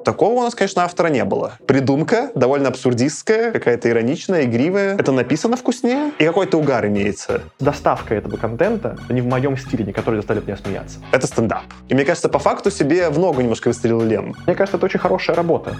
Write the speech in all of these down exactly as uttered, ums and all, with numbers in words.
Такого у нас, конечно, автора не было. Придумка довольно абсурдистская, какая-то ироничная, игривая. Это написано вкуснее, и какой-то угар имеется. Доставка этого контента не в моем стиле, не который заставит меня смеяться. Это стендап. И мне кажется, по факту себе в ногу немножко выстрелил Лем. Мне кажется, это очень хорошая работа.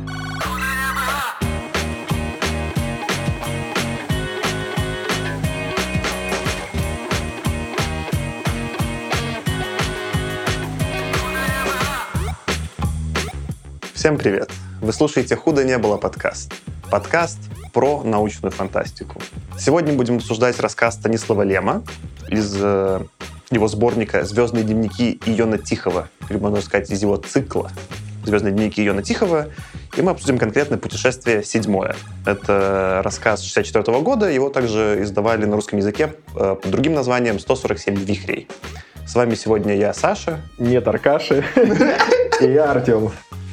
Всем привет! Вы слушаете «Худо не было» подкаст. Подкаст про научную фантастику. Сегодня будем обсуждать рассказ Станислава Лема из э, его сборника «Звездные дневники Иона Тихого», или, можно сказать, из его цикла «Звездные дневники Иона Тихого». И мы обсудим конкретно «Путешествие седьмое». Это рассказ шестьдесят четвёртого года. Его также издавали на русском языке э, под другим названием «сто сорок семь вихрей». С вами сегодня я, Саша. Нет Аркаши. И я, Артем.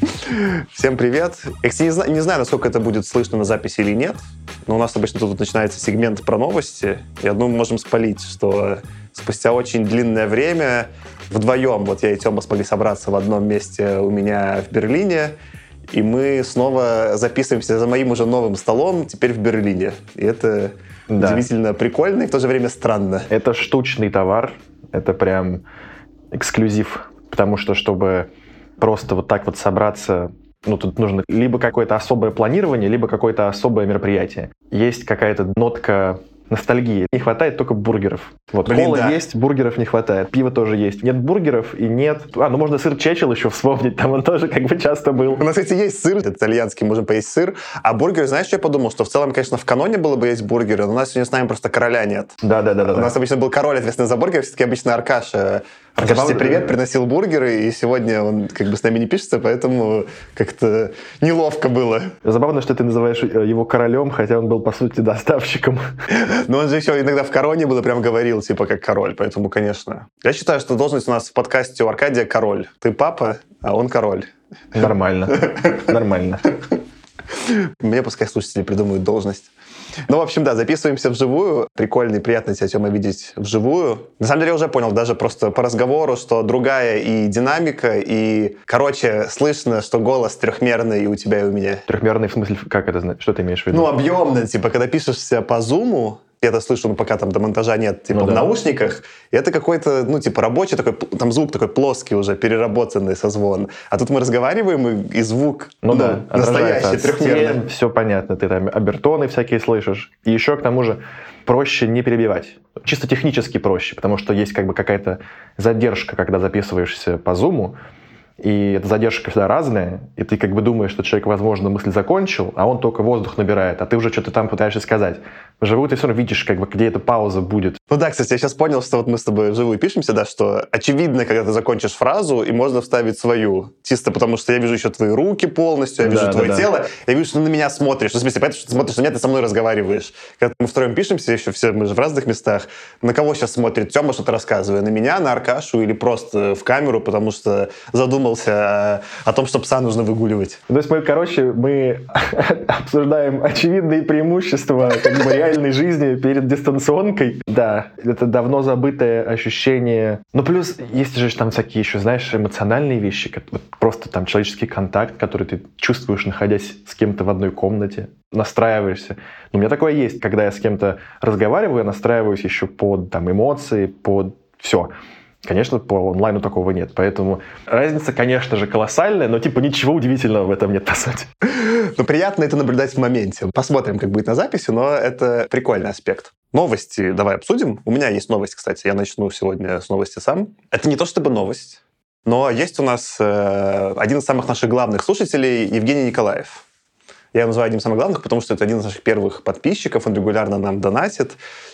Всем привет. Я, кстати, не знаю, не знаю, насколько это будет слышно на записи или нет, но у нас обычно тут начинается сегмент про новости. Я думаю, мы можем спалить, что спустя очень длинное время вдвоем, вот я и Тёма смогли собраться в одном месте у меня в Берлине, и мы снова записываемся за моим уже новым столом, теперь в Берлине. И это да. Удивительно прикольно и в то же время странно. Это штучный товар, это прям эксклюзив, потому что, чтобы просто вот так вот собраться, ну, тут нужно либо какое-то особое планирование, либо какое-то особое мероприятие. Есть какая-то нотка ностальгии. Не хватает только бургеров. Вот, Блин, кола да. есть, бургеров не хватает. Пива тоже есть. Нет бургеров и нет... А, ну можно сыр Чечил еще вспомнить, там он тоже как бы часто был. У нас, кстати, есть сыр итальянский, можем поесть сыр. А бургеры, знаешь, что я подумал? Что в целом, конечно, в каноне было бы есть бургеры, но у нас сегодня с нами просто короля нет. Да-да-да. У нас обычно был король, ответственный за бургеры, все-таки обычно Аркаша. Аркаша, тебе привет, приносил бургеры, и сегодня он как бы с нами не пишется, поэтому как-то неловко было. Забавно, что ты называешь его королем, хотя он был, по сути, доставщиком. Но он же еще иногда в короне был и прям говорил, типа, как король, поэтому, конечно. Я считаю, что должность у нас в подкасте у Аркадия король. Ты папа, а он король. Нормально. Нормально. Мне пускай слушатели придумают должность. Ну, в общем, да, записываемся вживую. Прикольно и приятно тебя, Тёма, видеть вживую. На самом деле, я уже понял, даже просто по разговору, что другая и динамика, и, короче, слышно, что голос трехмерный и у тебя, и у меня. Трехмерный в смысле, как это значит? Что ты имеешь в виду? Ну, объемно, типа, когда пишешься по зуму, я это слышу, ну, пока там до монтажа нет, типа, ну, в да. наушниках, и это какой-то, ну, типа, рабочий такой, там звук такой плоский уже, переработанный созвон. А тут мы разговариваем, и, и звук, ну, ну да, настоящий, трехмерный. Стен, все понятно, ты там обертоны всякие слышишь. И еще, к тому же, проще не перебивать. Чисто технически проще, потому что есть как бы какая-то задержка, когда записываешься по зуму, и эта задержка всегда разная, и ты как бы думаешь, что человек, возможно, мысль закончил, а он только воздух набирает, а ты уже что-то там пытаешься сказать. Вживую ты все равно видишь, как бы, где эта пауза будет. Ну да, кстати, я сейчас понял, что вот мы с тобой вживую пишемся, да, что очевидно, когда ты закончишь фразу, и можно вставить свою. Чисто потому, что я вижу еще твои руки полностью, я вижу да, твое да, тело, да. Я вижу, что ты на меня смотришь. Ну, в смысле, поэтому, что ты смотришь на меня, ты со мной разговариваешь. Когда мы втроем пишемся, еще все, мы же в разных местах, на кого сейчас смотрит Тёма, что-то рассказывая? На меня, на Аркашу или просто в камеру, потому что задумался о том, что пса нужно выгуливать. То есть мы, короче, мы обсуждаем очевидные преимущества как бы реальной жизни перед дистанционкой. Да, это давно забытое ощущение. Ну, плюс есть же там всякие еще, знаешь, эмоциональные вещи, как вот просто там человеческий контакт, который ты чувствуешь, находясь с кем-то в одной комнате, настраиваешься. У меня такое есть, когда я с кем-то разговариваю, я настраиваюсь еще под там эмоции, под все. Конечно, по онлайну такого нет, поэтому разница, конечно же, колоссальная, но типа ничего удивительного в этом нет, по сути. Но приятно это наблюдать в моменте. Посмотрим, как будет на записи, но это прикольный аспект. Новости давай обсудим. У меня есть новость, кстати, я начну сегодня с новости сам. Это не то чтобы новость, но есть у нас э, один из самых наших главных слушателей, Евгений Николаев. Я его называю одним из самых главных, потому что это один из наших первых подписчиков, он регулярно нам донатит,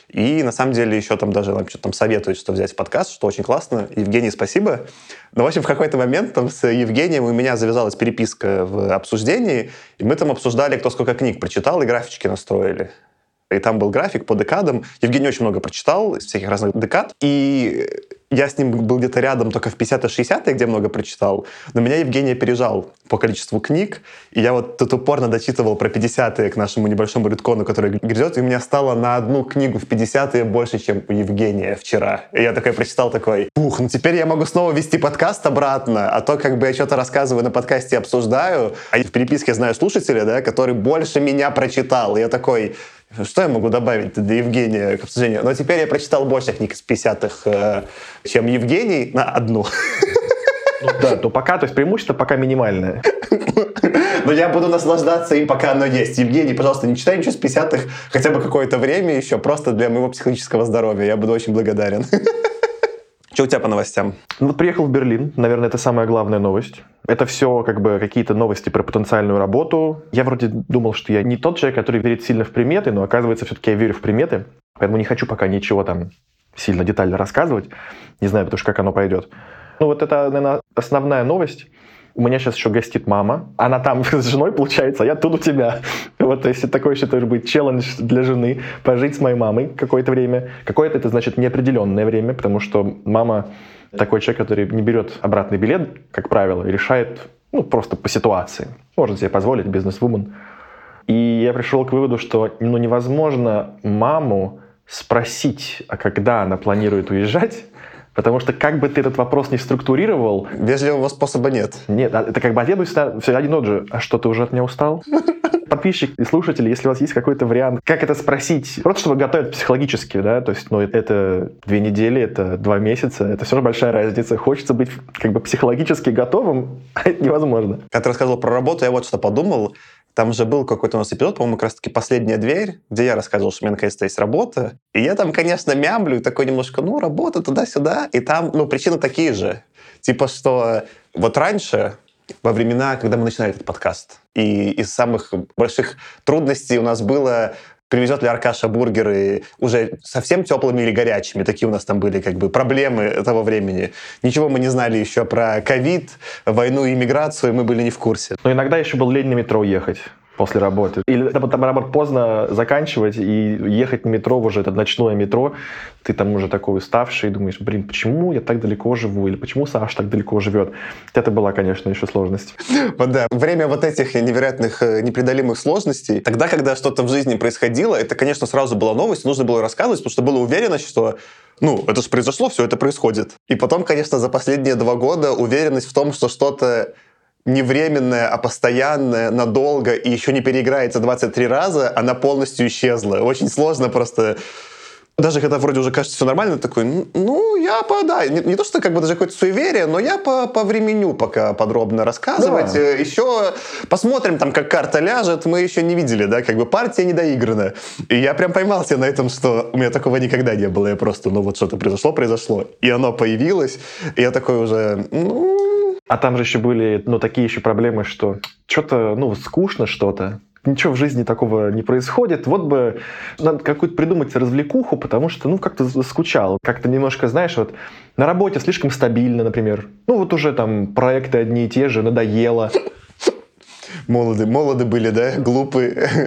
и на самом деле еще там даже нам что-то там советует, что взять в подкаст, что очень классно. Евгений, спасибо. Но, в общем, в какой-то момент там с Евгением у меня завязалась переписка в обсуждении, и мы там обсуждали, кто сколько книг прочитал, и графички настроили. И там был график по декадам. Евгений очень много прочитал из всяких разных декад, и я с ним был где-то рядом только в пятидесятые-шестидесятые, где много прочитал, но меня Евгений опережал по количеству книг, и я вот тут упорно дочитывал про пятидесятые к нашему небольшому редкону, который грядет, и у меня стало на одну книгу в пятидесятые больше, чем у Евгения вчера. И я такой прочитал такой, ух, ну теперь я могу снова вести подкаст обратно, а то как бы я что-то рассказываю на подкасте, обсуждаю, а в переписке знаю слушателя, да, который больше меня прочитал. И я такой, что я могу добавить для Евгения к обсуждению? Но теперь я прочитал больше книг из пятидесятых, э, чем Евгений, на одну. Ну, да, то пока, то есть преимущество пока минимальное. Но я буду наслаждаться им, пока оно есть. Евгений, пожалуйста, не читай ничего с пятидесятых хотя бы какое-то время еще, просто для моего психологического здоровья. Я буду очень благодарен. Что у тебя по новостям? Ну, вот приехал в Берлин. Наверное, это самая главная новость. Это все как бы какие-то новости про потенциальную работу. Я вроде думал, что я не тот человек, который верит сильно в приметы, но оказывается, все-таки я верю в приметы. Поэтому не хочу пока ничего там сильно детально рассказывать. Не знаю, потому что как оно пойдет. Ну, вот это, наверное, основная новость. У меня сейчас еще гостит мама. Она там с женой, получается, а я тут у тебя. Вот, то есть это такой еще тоже будет челлендж для жены. Пожить с моей мамой какое-то время. Какое-то это значит неопределенное время, потому что мама такой человек, который не берет обратный билет, как правило, и решает, ну, просто по ситуации. Может себе позволить, бизнес-вумен. И я пришел к выводу, что, ну, невозможно маму спросить, а когда она планирует уезжать, потому что как бы ты этот вопрос не структурировал... Вежливого способа нет. Нет, это как бы ответ всегда все один и тот же. А что, ты уже от меня устал? Подписчик и слушатели, если у вас есть какой-то вариант, как это спросить, просто чтобы готовить психологически, да, то есть, ну, это две недели, это два месяца, это все равно большая разница. Хочется быть как бы психологически готовым, а это невозможно. Когда ты рассказывал про работу, я вот что подумал. Там же был какой-то у нас эпизод, по-моему, как раз-таки «Последняя дверь», где я рассказывал, что у меня наконец-то есть работа. И я там, конечно, мямлю, такой немножко, ну, работа туда-сюда. И там, ну, причины такие же. Типа, что вот раньше, во времена, когда мы начинали этот подкаст, и из самых больших трудностей у нас было... Привезет ли Аркаша бургеры уже совсем теплыми или горячими? Такие у нас там были как бы проблемы того времени. Ничего мы не знали еще про ковид, войну и иммиграцию, мы были не в курсе. Но иногда еще был лень на метро ехать после работы. Или там, наоборот, поздно заканчивать и ехать на метро, уже это ночное метро, ты там уже такой уставший, думаешь, блин, почему я так далеко живу? Или почему Саша так далеко живет? Это была, конечно, еще сложность. Вот да, время вот этих невероятных, непреодолимых сложностей, тогда, когда что-то в жизни происходило, это, конечно, сразу была новость, нужно было рассказывать, потому что была уверенность, что ну, это же произошло, все это происходит. И потом, конечно, за последние два года уверенность в том, что что-то не временная, а постоянная, надолго и еще не переиграется двадцать три раза, она полностью исчезла. Очень сложно просто... Даже когда вроде уже кажется все нормально, такой, ну, я по, да, не, не то, что как бы даже какое-то суеверие, но я по, по времени пока подробно рассказывать. Да. Еще посмотрим, там, как карта ляжет, мы еще не видели, да, как бы партия не доиграна. И я прям поймался на этом, что у меня такого никогда не было. Я просто, ну, вот что-то произошло, произошло, и оно появилось, и я такой уже, ну... А там же еще были, ну, такие еще проблемы, что что-то, ну, скучно что-то. Ничего в жизни такого не происходит. Вот бы надо какую-то придумать развлекуху, потому что, ну, как-то скучал. Как-то немножко, знаешь, вот на работе слишком стабильно, например. Ну, вот уже там проекты одни и те же, надоело. Молоды, молоды были, да? Глупые.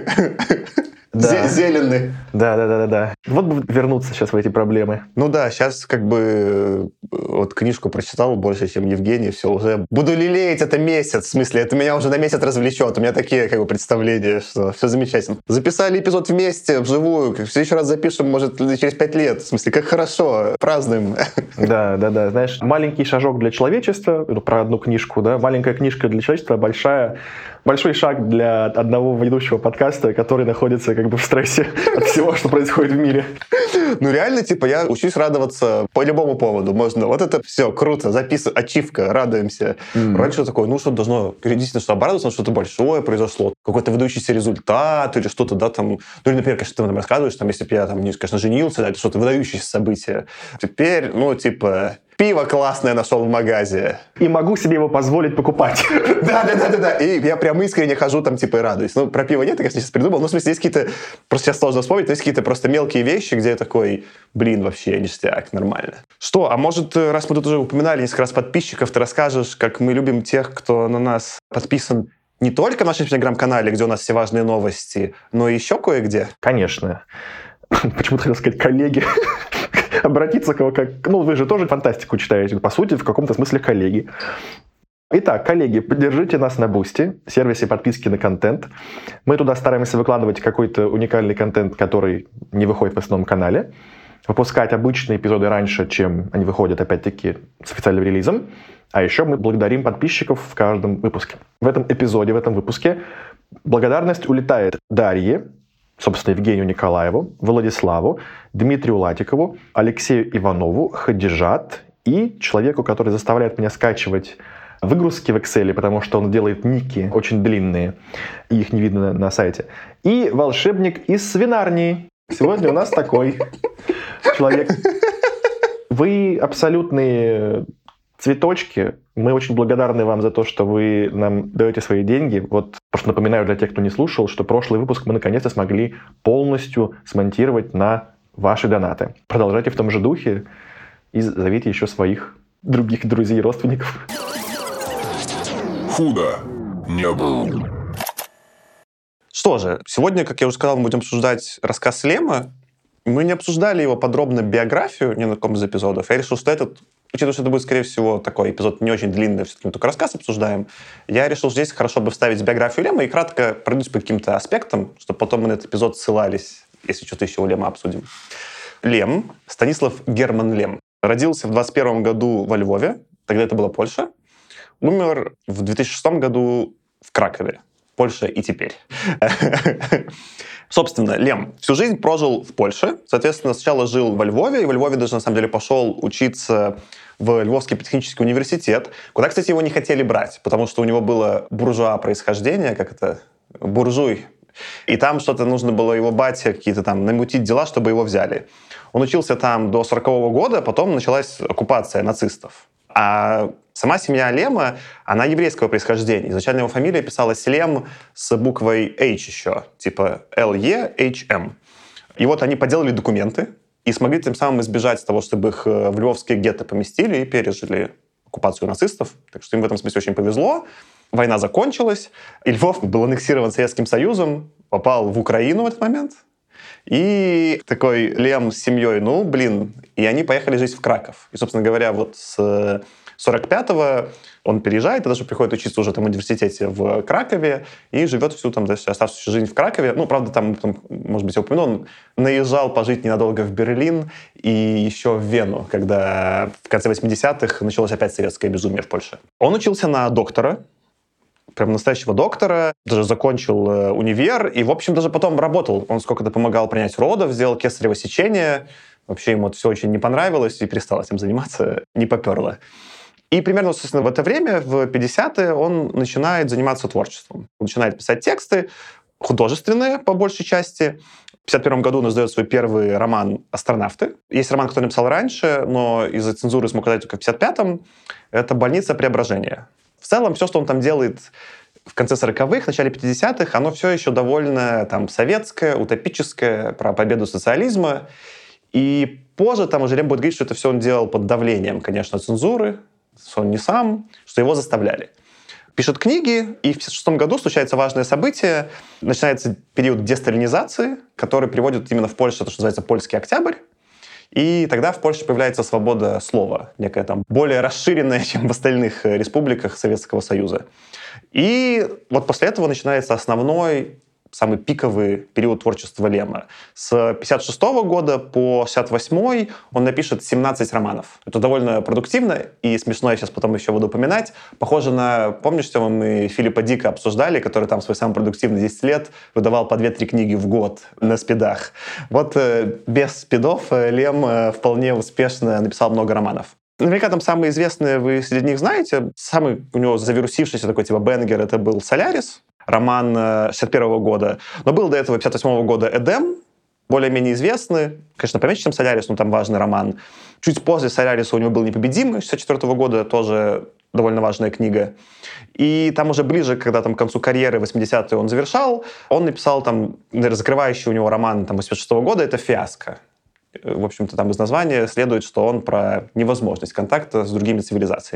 Да. Зеленый. Да, да, да, да, да. Вот бы вернуться сейчас в эти проблемы. Ну да, сейчас как бы вот книжку прочитал больше, чем Евгений, все уже буду лелеять это месяц, в смысле, это меня уже на месяц развлечет. У меня такие как бы представления, что все замечательно. Записали эпизод вместе, вживую, в следующий раз запишем, может, через пять лет. В смысле, как хорошо, празднуем. Да, да, да. Знаешь, маленький шажок для человечества, ну, про одну книжку, да, маленькая книжка для человечества, большая, большой шаг для одного ведущего подкаста, который находится как бы в стрессе от всего, что происходит в мире. Ну реально, типа, я учусь радоваться по любому поводу. Можно, вот это все круто, записывай, ачивка, радуемся. Mm. Раньше такое, ну что должно, единственное, что обрадоваться, что-то большое произошло, какой-то выдающийся результат или что-то, да, там, ну или, например, конечно, ты нам рассказываешь, там, если бы я, там, не, конечно, женился, да, это что-то выдающееся событие. Теперь, ну, типа... Пиво классное нашел в магазе. И могу себе его позволить покупать. Да-да-да-да. И я прям искренне хожу там типа и радуюсь. Ну, про пиво нет, я, конечно, сейчас придумал. Ну, в смысле, есть какие-то... Просто сейчас сложно вспомнить, но есть какие-то просто мелкие вещи, где я такой, блин, вообще ништяк, нормально. Что, а может, раз мы тут уже упоминали несколько раз подписчиков, ты расскажешь, как мы любим тех, кто на нас подписан не только в нашем Инстаграм-канале, где у нас все важные новости, но и еще кое-где? Конечно. Почему-то хотел сказать коллеги. обратиться к... Как, ну, вы же тоже фантастику читаете, по сути, в каком-то смысле коллеги. Итак, коллеги, поддержите нас на Boosty, сервисе подписки на контент. Мы туда стараемся выкладывать какой-то уникальный контент, который не выходит в основном канале. Выпускать обычные эпизоды раньше, чем они выходят, опять-таки, с официальным релизом. А еще мы благодарим подписчиков в каждом выпуске. В этом эпизоде, в этом выпуске благодарность улетает Дарье, собственно, Евгению Николаеву, Владиславу, Дмитрию Латикову, Алексею Иванову, Хадижат и человеку, который заставляет меня скачивать выгрузки в Excel, потому что он делает ники очень длинные, и их не видно на сайте. И волшебник из Свинарнии. Сегодня у нас такой человек. Вы абсолютные цветочки. Мы очень благодарны вам за то, что вы нам даете свои деньги. Вот просто напоминаю для тех, кто не слушал, что прошлый выпуск мы наконец-то смогли полностью смонтировать на ваши донаты. Продолжайте в том же духе и зовите еще своих других друзей и родственников. Худо не было. Что же, сегодня, как я уже сказал, мы будем обсуждать рассказ Лема. Мы не обсуждали его подробно биографию ни на каком из эпизодов. Я решил, что этот, учитывая, что это будет, скорее всего, такой эпизод не очень длинный, все-таки мы только рассказ обсуждаем, я решил, что здесь хорошо бы вставить биографию Лема и кратко пройдусь по каким-то аспектам, чтобы потом мы на этот эпизод ссылались, если что-то еще у Лема обсудим. Лем, Станислав Герман Лем, родился в двадцать первом году во Львове, тогда это была Польша. Умер в две тысячи шестом году в Кракове. Польша и теперь. Собственно, Лем всю жизнь прожил в Польше. Соответственно, сначала жил во Львове, и во Львове даже, на самом деле, пошел учиться в Львовский политехнический университет, куда, кстати, его не хотели брать, потому что у него было буржуа происхождение, как это, буржуй. И там что-то нужно было его бате какие-то там намутить дела, чтобы его взяли. Он учился там до сорокового года, потом началась оккупация нацистов. А сама семья Лема, она еврейского происхождения. Изначально его фамилия писалась Лем с буквой H еще, типа Л Е Эйч Эм. И вот они поделали документы и смогли тем самым избежать того, чтобы их в львовские гетто поместили и пережили оккупацию нацистов. Так что им в этом смысле очень повезло. Война закончилась, и Львов был аннексирован Советским Союзом, попал в Украину в этот момент. И такой Лем с семьей, ну, блин, и они поехали жить в Краков. И, собственно говоря, вот с сорок пятого он переезжает, и даже приходит учиться уже там в университете в Кракове и живет всю там дальше оставшуюся жизнь в Кракове. Ну, правда, там, там, может быть, я упомянул, он наезжал пожить ненадолго в Берлин и еще в Вену, когда в конце восьмидесятых началось опять советское безумие в Польше. Он учился на доктора, прям настоящего доктора, даже закончил э, универ, и, в общем, даже потом работал. Он сколько-то помогал принять родов, сделал кесарево сечение. Вообще ему это все очень не понравилось, и перестал этим заниматься, не поперло. И примерно, собственно, в это время, в пятидесятые, он начинает заниматься творчеством. Он начинает писать тексты, художественные, по большей части. В пятьдесят первом году он издает свой первый роман «Астронавты». Есть роман, который написал раньше, но из-за цензуры смог издать только в пятьдесят пятом. Это «Больница Преображения». В целом, все, что он там делает в конце сороковых, начале пятидесятых, оно все еще довольно там советское, утопическое, про победу социализма. И позже там уже Лем будет говорить, что это все он делал под давлением, конечно, цензуры, что он не сам, что его заставляли. Пишет книги, и в пятьдесят шестом году случается важное событие. Начинается период десталинизации, который приводит именно в Польшу то, что называется «Польский октябрь». И тогда в Польше появляется свобода слова, некая там более расширенная, чем в остальных республиках Советского Союза. И вот после этого начинается основной, самый пиковый период творчества Лема. С пятьдесят шестого года по шестьдесят восьмой он напишет семнадцать романов. Это довольно продуктивно и смешно, я сейчас потом еще буду упоминать. Похоже на, помнишь, что мы Филиппа Дика обсуждали, который там свой самый продуктивный десять лет выдавал по две-три книги в год на спидах. Вот э, без спидов Лем э, вполне успешно написал много романов. Наверняка там самые известные вы среди них знаете. Самый у него завирусившийся такой типа бенгер это был «Солярис», роман шестьдесят первого года. Но был до этого пятьдесят восьмого года «Эдем», более-менее известный. Конечно, поменьше, чем «Солярис», но там важный роман. Чуть после «Соляриса» у него был «Непобедимый» шестьдесят четвёртого года, тоже довольно важная книга. И там уже ближе, когда там к концу карьеры, восьмидесятые, он завершал, он написал там, наверное, закрывающий у него роман там, восемьдесят шестого года, это «Фиаско». В общем-то, там из названия следует, что он про невозможность контакта с другими цивилизациями.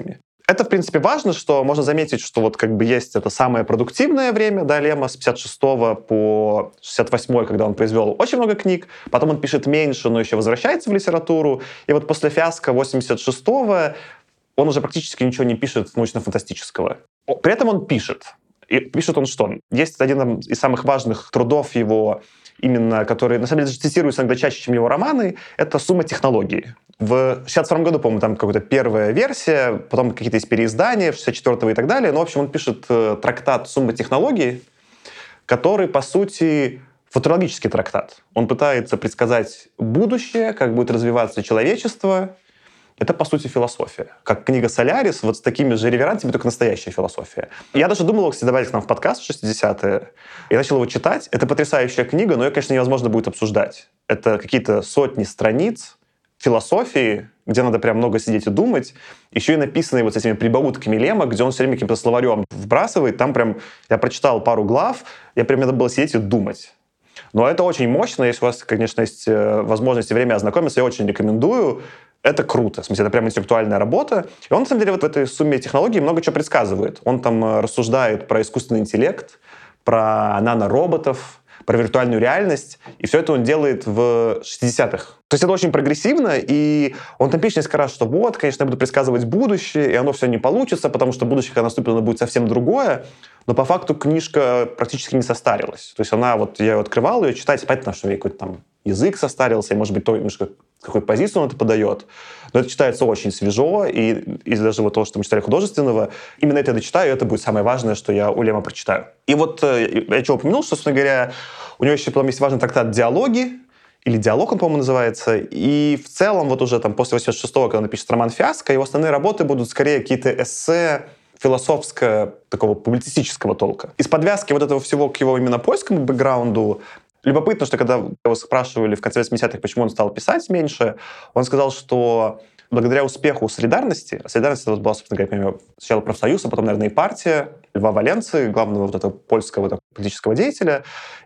Это, в принципе, важно, что можно заметить, что вот как бы есть это самое продуктивное время, да, Лема с пятьдесят шестого по шестьдесят восьмой, когда он произвел очень много книг, потом он пишет меньше, но еще возвращается в литературу, и вот после фиаско восемьдесят шестого он уже практически ничего не пишет научно-фантастического. При этом он пишет. И пишет он что? Есть один из самых важных трудов его, именно который, на самом деле, цитируется иногда чаще, чем его романы, это «Сумма технологий». В шестьдесят втором году, по-моему, там какая-то первая версия, потом какие-то есть переиздания, в шестьдесят четвёртого и так далее. Но, в общем, он пишет э, трактат «Сумма технологий», который, по сути, футурологический трактат. Он пытается предсказать будущее, как будет развиваться человечество. Это, по сути, философия. Как книга «Солярис», вот с такими же реверансами, только настоящая философия. Я даже думал его, кстати, добавить к нам в подкаст в шестидесятые. Я начал его читать. Это потрясающая книга, но ее, конечно, невозможно будет обсуждать. Это какие-то сотни страниц философии, где надо прям много сидеть и думать. Еще и написанные вот с этими прибаутками Лема, где он все время каким-то словарем вбрасывает. Там прям я прочитал пару глав, я прям надо было сидеть и думать. Но это очень мощно. Если у вас, конечно, есть возможность и время ознакомиться, я очень рекомендую. Это круто. В смысле, это прям интеллектуальная работа. И он, на самом деле, вот в этой сумме технологий много чего предсказывает. Он там рассуждает про искусственный интеллект, про нанороботов, про виртуальную реальность. И все это он делает в шестидесятых. То есть это очень прогрессивно, и он там пишет несколько раз, что вот, конечно, я буду предсказывать будущее, и оно все не получится, потому что будущее, когда наступит, оно будет совсем другое. Но по факту книжка практически не состарилась. То есть она, вот я ее открывал, ее читать, понятно, что какой-то там язык состарился, и, может быть, то, немножко какую позицию он это подает. Но это читается очень свежо, и из даже вот того, что мы читали художественного, именно это я дочитаю, и это будет самое важное, что я у Лема прочитаю. И вот я что упомянул, что, собственно говоря, у него еще потом есть важный трактат «Диалоги», или «Диалог» он, по-моему, называется. И в целом вот уже там после восемьдесят шестого, когда он напишет роман «Фиаско», его основные работы будут скорее какие-то эссе философского, такого публицистического толка. Из подвязки вот этого всего к его именно польскому бэкграунду любопытно, что когда его спрашивали в конце восьмидесятых, почему он стал писать меньше, он сказал, что благодаря успеху «Солидарности», а «Солидарность» это была, собственно говоря, сначала профсоюз, а потом, наверное, и партия Льва Валенцы, главного вот этого польского так, политического деятеля,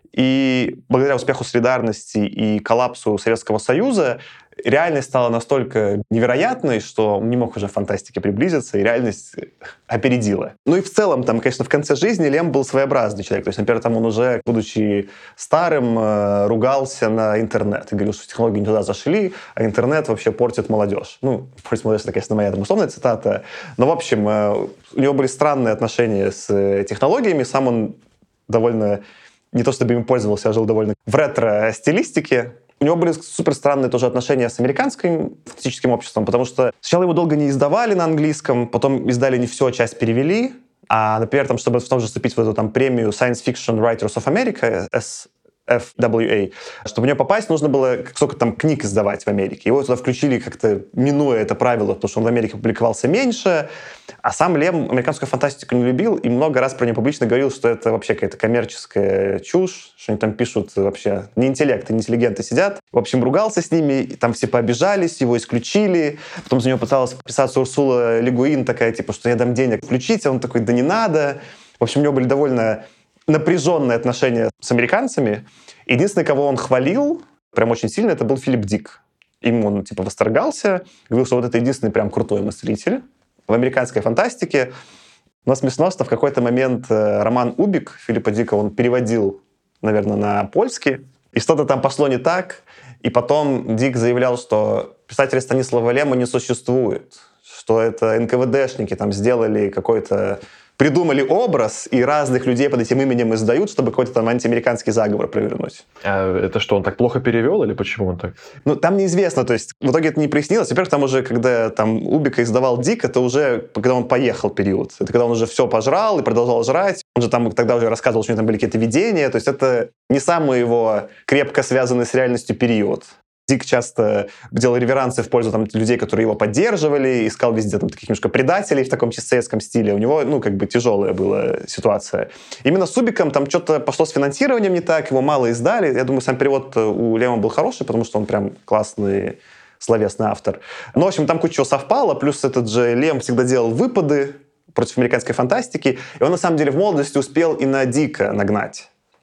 и благодаря успеху «Солидарности» и коллапсу Советского Союза реальность стала настолько невероятной, что он не мог уже в фантастике приблизиться, и реальность опередила. Ну и в целом, там, конечно, в конце жизни Лем был своеобразный человек. То есть, например, там он уже, будучи старым, ругался на интернет и говорил, что технологии не туда зашли, а интернет вообще портит молодежь. Ну, портит молодежь, это, конечно, моя там, условная цитата. Но, в общем, у него были странные отношения с технологиями. Сам он довольно, не то чтобы им пользовался, а жил довольно в ретро-стилистике. У него были супер странные тоже отношения с американским фантастическим обществом, потому что сначала его долго не издавали на английском, потом издали не все, часть перевели. А, например, там, чтобы в том же вступить в эту там, премию Science Fiction Writers of America, эс эф дабл ю эй, чтобы в нее попасть, нужно было сколько там книг издавать в Америке. Его туда включили как-то минуя это правило, потому что он в Америке публиковался меньше. А сам Лем американскую фантастику не любил и много раз про нее публично говорил, что это вообще какая-то коммерческая чушь, что они там пишут вообще не интеллекты, не интеллигенты сидят. В общем, ругался с ними, и там все пообижались, его исключили. Потом за него пыталась подписаться Урсула Ле Гуин, такая, типа, что я дам денег, включите. Он такой, да не надо. В общем, у него были довольно напряженные отношения с американцами. Единственный, кого он хвалил прям очень сильно, это был Филипп Дик. Им он типа восторгался, говорил, что вот это единственный прям крутой мыслитель в американской фантастике. Но смешно, что в какой-то момент роман «Убик» Филиппа Дика он переводил, наверное, на польский, и что-то там пошло не так, и потом Дик заявлял, что писателя Станислава Лема не существует, что это эн ка вэ дэшники там сделали какой-то придумали образ, и разных людей под этим именем издают, чтобы какой-то там антиамериканский заговор провернуть. А это что, он так плохо перевел, или почему он так? Ну, там неизвестно, то есть в итоге это не прояснилось. Во-первых, там уже, когда там Убика издавал Дик, это уже, когда он поехал период. Это когда он уже все пожрал и продолжал жрать. Он же там тогда уже рассказывал, что у него там были какие-то видения, то есть это не самый его крепко связанный с реальностью период. Дик часто делал реверансы в пользу там, людей, которые его поддерживали, искал везде там, таких немножко предателей в таком чисто советском стиле. У него, ну, как бы тяжелая была ситуация. Именно с Убиком там что-то пошло с финансированием не так, его мало издали. Я думаю, сам перевод у Лема был хороший, потому что он прям классный словесный автор. Но, в общем, там куча чего совпало, плюс этот же Лем всегда делал выпады против американской фантастики, и он, на самом деле, в молодости успел и на Дика нагнать.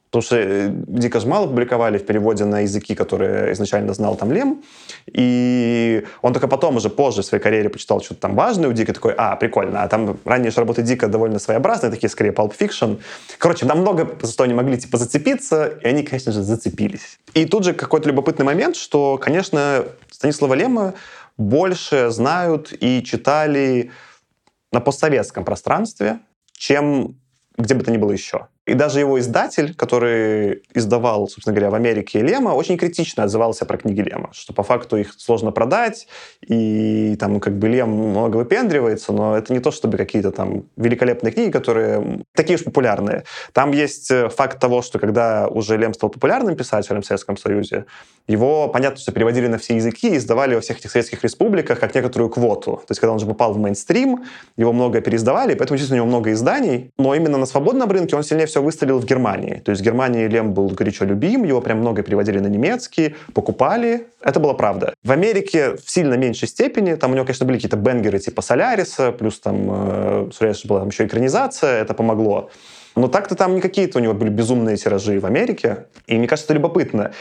Потому что дико ж мало публиковали в переводе на языки, которые изначально знал там Лем. И он только потом, уже позже в своей карьере почитал что-то там важное у Дика, такой, а, прикольно. А там ранее же работы Дика довольно своеобразные, такие скорее Pulp Fiction. Короче, там много за что они могли типа зацепиться, и они, конечно же, зацепились. И тут же какой-то любопытный момент, что, конечно, Станислава Лема больше знают и читали на постсоветском пространстве, чем где бы то ни было еще. И даже его издатель, который издавал, собственно говоря, в Америке Лема, очень критично отзывался про книги Лема, что по факту их сложно продать, и там как бы Лем много выпендривается, но это не то, чтобы какие-то там великолепные книги, которые такие уж популярные. Там есть факт того, что когда уже Лем стал популярным писателем в Советском Союзе, его, понятно, что переводили на все языки и издавали во всех этих советских республиках как некоторую квоту. То есть когда он же попал в мейнстрим, его много переиздавали, поэтому, естественно, у него много изданий, но именно на свободном рынке он сильнее всего выстрелил в Германии. То есть в Германии Лем был горячо любим, его прям много переводили на немецкий, покупали. Это была правда. В Америке в сильно меньшей степени. Там у него, конечно, были какие-то бенгеры типа «Соляриса», плюс там, э, «Солярис» была там еще экранизация, это помогло. Но так-то там не какие-то у него были безумные тиражи в Америке. И мне кажется, это любопытно,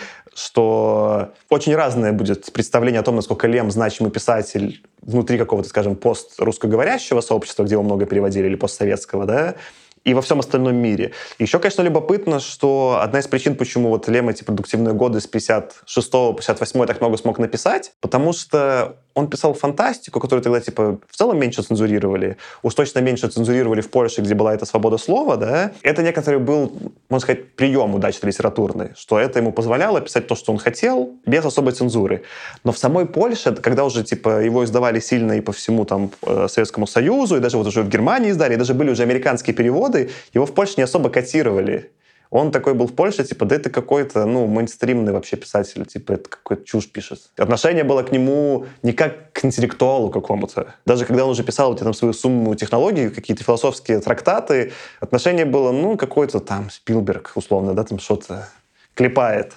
что очень разное будет представление о том, насколько Лем значимый писатель внутри какого-то, скажем, пост-русскоговорящего сообщества, где его много переводили, или постсоветского, да, и во всем остальном мире. Еще, конечно, любопытно, что одна из причин, почему вот Лем эти продуктивные годы с пятьдесят шестого по пятьдесят восьмой так много смог написать, потому что он писал фантастику, которую тогда типа в целом меньше цензурировали. Уж точно меньше цензурировали в Польше, где была эта свобода слова, да. Это некоторый был, можно сказать, прием удачно литературный, что это ему позволяло писать то, что он хотел, без особой цензуры. Но в самой Польше, когда уже типа его издавали сильно и по всему там Советскому Союзу, и даже вот уже в Германии издали, и даже были уже американские переводы, его в Польше не особо котировали. Он такой был в Польше, типа, да это какой-то, ну, мейнстримный вообще писатель, типа, это какой-то чушь пишет. Отношение было к нему не как к интеллектуалу какому-то. Даже когда он уже писал вот, там, свою сумму технологий, какие-то философские трактаты, отношение было, ну, какой-то там Спилберг, условно, да, там что-то клепает.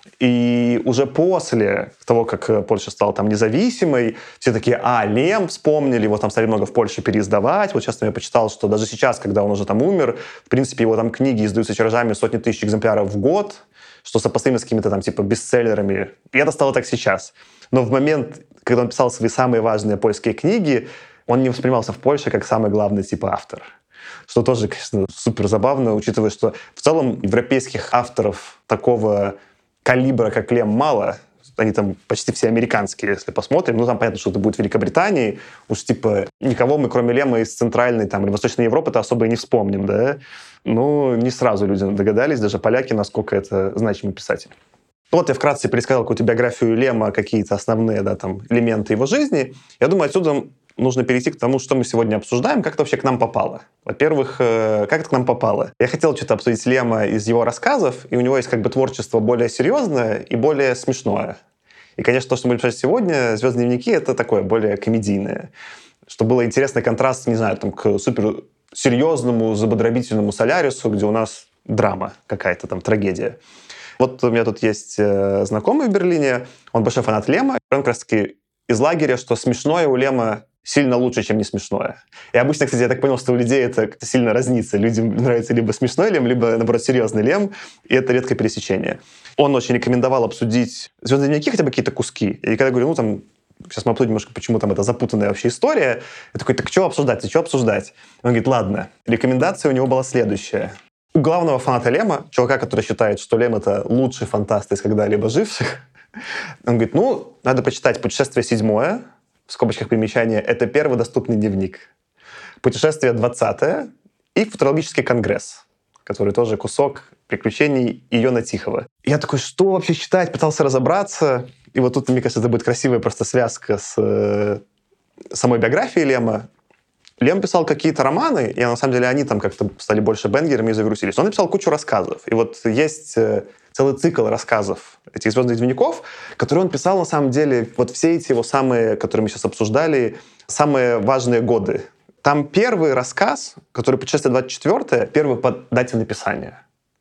И уже после того, как Польша стала там независимой, все такие, а, Лем вспомнили, его там стали много в Польше переиздавать. Вот сейчас я почитал, что даже сейчас, когда он уже там умер, в принципе, его там книги издаются тиражами сотни тысяч экземпляров в год, что сопоставимо с какими-то там типа бестселлерами. И это стало так сейчас. Но в момент, когда он писал свои самые важные польские книги, он не воспринимался в Польше как самый главный типа автор. Что тоже, конечно, супер забавно, учитывая, что в целом европейских авторов такого калибра, как Лем, мало. Они там почти все американские, если посмотрим. Ну, там понятно, что это будет в Великобритании. Уж типа никого мы, кроме Лема, из Центральной там, или Восточной Европы-то особо и не вспомним, да? Ну, не сразу люди догадались, даже поляки, насколько это значимый писатель. Вот я вкратце пересказал какую-то биографию Лема, какие-то основные, да, там, элементы его жизни. Я думаю, отсюда нужно перейти к тому, что мы сегодня обсуждаем, как это вообще к нам попало. Во-первых, как это к нам попало? Я хотел что-то обсудить Лема из его рассказов, и у него есть как бы творчество более серьезное и более смешное. И, конечно, то, что мы будем писать сегодня, «Звездные дневники», это такое более комедийное. Что было интересный контраст, не знаю, там, к суперсерьезному, забодробительному «Солярису», где у нас драма какая-то, там, трагедия. Вот у меня тут есть знакомый в Берлине, он большой фанат Лема, он как раз-таки из лагеря, что смешное у Лема сильно лучше, чем не смешное. И обычно, кстати, я так понял, что у людей это сильно разнится. Людям нравится либо смешной Лем, либо, наоборот, серьезный Лем, и это редкое пересечение. Он очень рекомендовал обсудить «Звездные дневники», хотя бы какие-то куски. И когда я говорю, ну, там, сейчас мы обсудим немножко, почему там это запутанная вообще история, я такой, так что обсуждать, что обсуждать? Он говорит, ладно. Рекомендация у него была следующая. У главного фаната Лема, чувака, который считает, что Лем — это лучший фантаст из когда-либо живших, он говорит, ну, надо почитать «Путешествие седьмое», в скобочках примечания, это первый доступный дневник. «Путешествие двадцатое» и «Футурологический конгресс», который тоже кусок приключений Иона Тихого. И я такой, что вообще читать? Пытался разобраться. И вот тут, мне кажется, это будет красивая просто связка с э, самой биографией Лема. Лем писал какие-то романы, и на самом деле они там как-то стали больше бенгерами и завирусились. Он написал кучу рассказов. И вот есть э, целый цикл рассказов этих «Звездных дневников», которые он писал, на самом деле, вот все эти его самые, которые мы сейчас обсуждали, самые важные годы. Там первый рассказ, который «Путешествие двадцать четвёртое», первый по дате написания.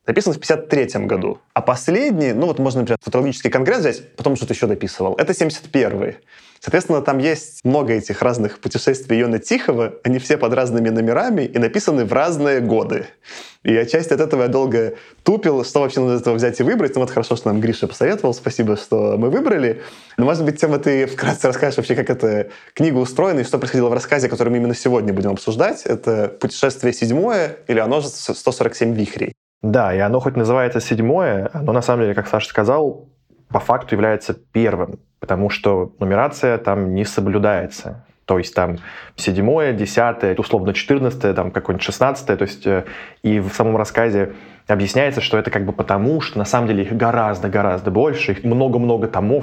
написан в пятьдесят третьем году. А последний, ну вот можно, например, футурологический конгресс взять, потом что-то еще дописывал, это семьдесят первый. Соответственно, там есть много этих разных путешествий Иона Тихого, они все под разными номерами и написаны в разные годы. И отчасти от этого я долго тупил, что вообще надо из этого взять и выбрать. Ну вот хорошо, что нам Гриша посоветовал, спасибо, что мы выбрали. Но, может быть, Тема, ты вкратце расскажешь вообще, как эта книга устроена и что происходило в рассказе, который мы именно сегодня будем обсуждать. Это «Путешествие седьмое» или оно же «сто сорок семь вихрей». Да, и оно хоть называется «Седьмое», но на самом деле, как Саша сказал, по факту является первым, потому что нумерация там не соблюдается. То есть там седьмое, десятое, условно четырнадцатое, там какое-нибудь шестнадцатое. То есть э, и в самом рассказе объясняется, что это как бы потому, что на самом деле их гораздо-гораздо больше, их много-много томов.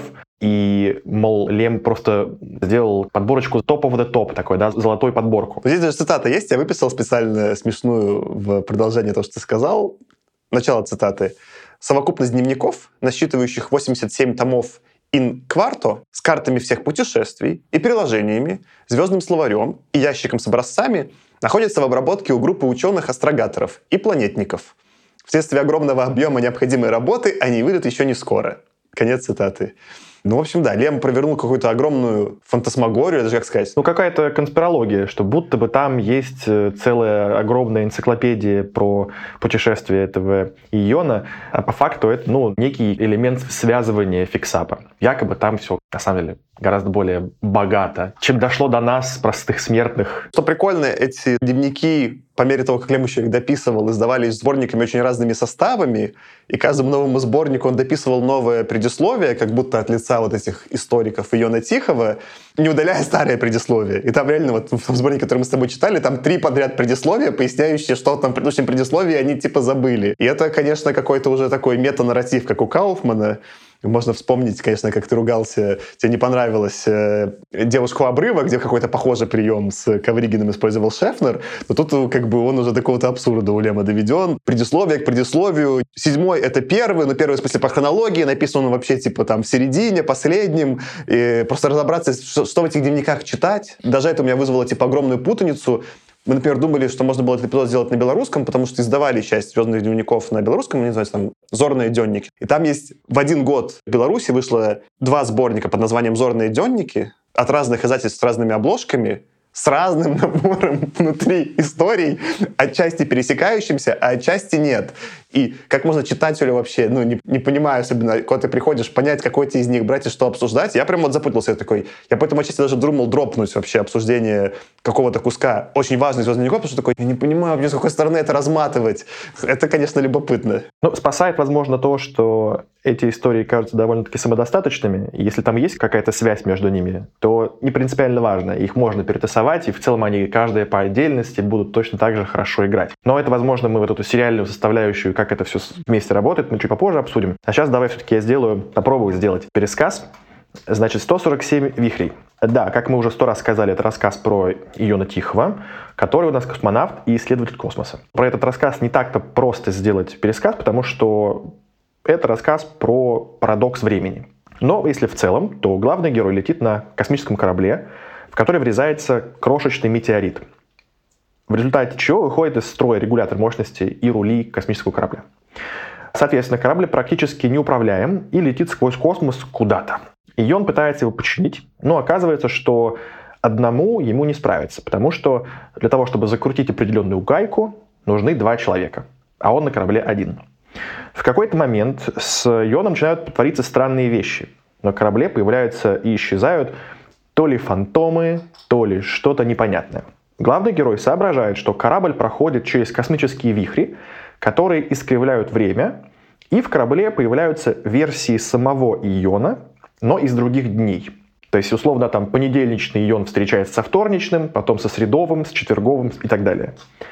И, мол, Лем просто сделал подборочку top of the top, такой, да, золотую подборку. Здесь даже цитата есть, я выписал специально смешную в продолжение того, что ты сказал. Начало цитаты. «Совокупность дневников, насчитывающих восемьдесят семь томов in quarto, с картами всех путешествий и приложениями, звездным словарем и ящиком с образцами, находится в обработке у группы ученых-астрогаторов и планетников. Вследствие огромного объема необходимой работы они выйдут еще не скоро». Конец цитаты. Ну, в общем, да, Лем провернул какую-то огромную фантасмагорию, даже как сказать. Ну, какая-то конспирология, что будто бы там есть целая огромная энциклопедия про путешествие этого Иона, а по факту это, ну, некий элемент связывания фиксапа. Якобы там все, на самом деле, гораздо более богато, чем дошло до нас, простых смертных. Что прикольно, эти дневники, по мере того, как Лем еще их дописывал, издавались сборниками очень разными составами, и каждому новому сборнику он дописывал новое предисловие, как будто от лица вот этих историков Иона Тихого, не удаляя старое предисловие. И там реально вот в том сборнике, который мы с тобой читали, там три подряд предисловия, поясняющие, что там в предыдущем предисловии они типа забыли. И это, конечно, какой-то уже такой метанарратив, как у Кауфмана. Можно вспомнить, конечно, как ты ругался, тебе не понравилось э, «Девушку обрыва», где какой-то похожий прием с Ковригиным использовал Шефнер, но тут как бы он уже до какого-то абсурда у Лема доведен. Предисловие к предисловию. Седьмой — это первый, но первый в смысле по хронологии, написан он вообще типа там в середине, последнем. И просто разобраться, что, что в этих дневниках читать. Даже это у меня вызвало типа огромную путаницу. Мы, например, думали, что можно было этот эпизод сделать на белорусском, потому что издавали часть «Звездных дневников» на белорусском, они называются там «Зорные дневники». И там есть в один год в Беларуси вышло два сборника под названием «Зорные дневники» от разных издательств с разными обложками, с разным набором внутри историй, отчасти пересекающимся, а отчасти нет. И как можно читателю вообще, ну, не, не понимаю, особенно, когда ты приходишь, понять, какой-то из них брать и что обсуждать. Я прям вот запутался, я такой, я поэтому отчасти даже думал дропнуть вообще обсуждение какого-то куска очень важных «Звездных дневников», потому что такой, я не понимаю, с какой стороны это разматывать. Это, конечно, любопытно. Ну, спасает, возможно, то, что эти истории кажутся довольно-таки самодостаточными. И если там есть какая-то связь между ними, то не принципиально важно. Их можно перетасовать, и в целом они каждая по отдельности будут точно так же хорошо играть. Но это, возможно, мы вот эту сериальную составляющую, как это все вместе работает, мы чуть попозже обсудим. А сейчас давай все-таки я сделаю, попробую сделать пересказ. Значит, сто сорок семь вихрей. Да, как мы уже сто раз сказали, это рассказ про Иона Тихого, который у нас космонавт и исследователь космоса. Про этот рассказ не так-то просто сделать пересказ, потому что это рассказ про парадокс времени. Но если в целом, то главный герой летит на космическом корабле, в который врезается крошечный метеорит, в результате чего выходит из строя регулятор мощности и рули космического корабля. Соответственно, корабль практически неуправляем и летит сквозь космос куда-то. И он пытается его починить, но оказывается, что одному ему не справиться, потому что для того, чтобы закрутить определенную гайку, нужны два человека, а он на корабле один. В какой-то момент с Ионом начинают твориться странные вещи. На корабле появляются и исчезают то ли фантомы, то ли что-то непонятное. Главный герой соображает, что корабль проходит через космические вихри, которые искривляют время, и в корабле появляются версии самого Иона, но из других дней. То есть, условно, там понедельничный Ион встречается со вторничным, потом со средовым, с четверговым и так далее.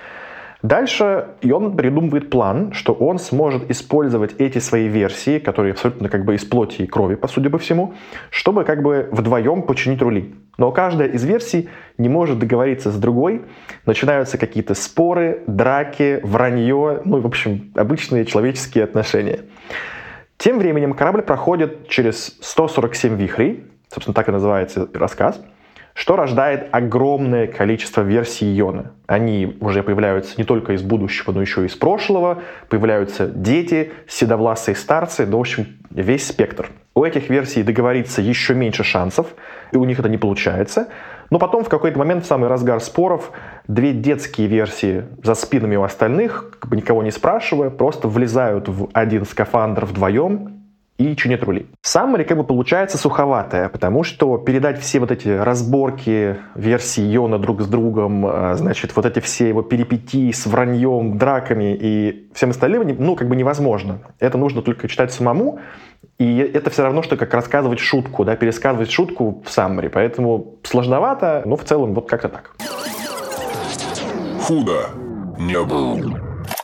Дальше Ион придумывает план, что он сможет использовать эти свои версии, которые абсолютно как бы из плоти и крови, по судя по всему, чтобы как бы вдвоем починить рули. Но каждая из версий не может договориться с другой, начинаются какие-то споры, драки, вранье, ну, в общем, обычные человеческие отношения. Тем временем корабль проходит через сто сорок семь вихрей, собственно, так и называется рассказ, что рождает огромное количество версий Йоны. Они уже появляются не только из будущего, но еще и из прошлого. Появляются дети, седовласые старцы, да, в общем, весь спектр. У этих версий договориться еще меньше шансов, и у них это не получается. Но потом в какой-то момент, в самый разгар споров, две детские версии за спинами у остальных, как бы никого не спрашивая, просто влезают в один скафандр вдвоем и чинят рули. Саммари как бы получается суховатая, потому что передать все вот эти разборки версий Йона друг с другом, значит, вот эти все его перипетии с враньем, драками и всем остальным, ну, как бы невозможно. Это нужно только читать самому, и это все равно, что как рассказывать шутку, да, пересказывать шутку в саммари, поэтому сложновато, но в целом вот как-то так. Худо не было.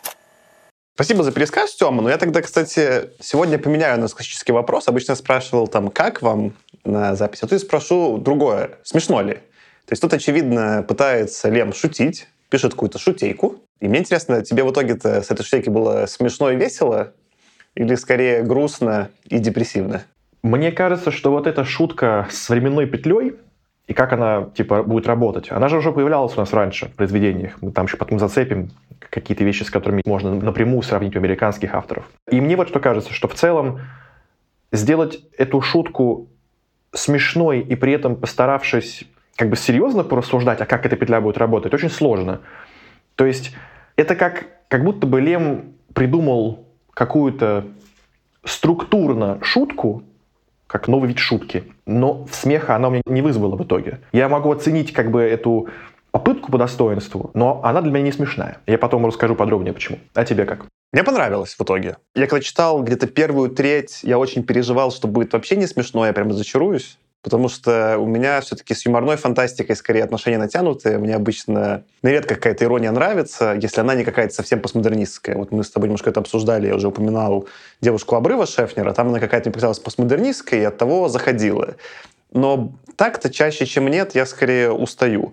Спасибо за пересказ, Тёма. Но я тогда, кстати, сегодня поменяю наш классический вопрос. Обычно я спрашивал, там, как вам на записи. А тут я спрошу другое. Смешно ли? То есть тут, очевидно, пытается Лем шутить, пишет какую-то шутейку. И мне интересно, тебе в итоге-то с этой шутейки было смешно и весело? Или скорее грустно и депрессивно? Мне кажется, что вот эта шутка с временной петлей, и как она, типа, будет работать. Она же уже появлялась у нас раньше в произведениях. Мы там еще потом зацепим какие-то вещи, с которыми можно напрямую сравнить у американских авторов. И мне вот что кажется, что в целом сделать эту шутку смешной и при этом постаравшись как бы серьезно порассуждать, а как эта петля будет работать, очень сложно. То есть это как, как будто бы Лем придумал какую-то структурно шутку, как новый вид шутки. Но смеха она у меня не вызвала в итоге. Я могу оценить как бы эту попытку по достоинству, но она для меня не смешная. Я потом расскажу подробнее, почему. А тебе как? Мне понравилось в итоге. Я когда читал где-то первую треть, я очень переживал, что будет вообще не смешно, я прям разочаруюсь. Потому что у меня все-таки с юморной фантастикой скорее отношения натянутые. Мне обычно нередко какая-то ирония нравится, если она не какая-то совсем постмодернистская. Вот мы с тобой немножко это обсуждали, я уже упоминал «Девушку обрыва» Шефнера. Там она какая-то мне показалась постмодернистской и оттого заходила. Но так-то чаще, чем нет, я скорее устаю.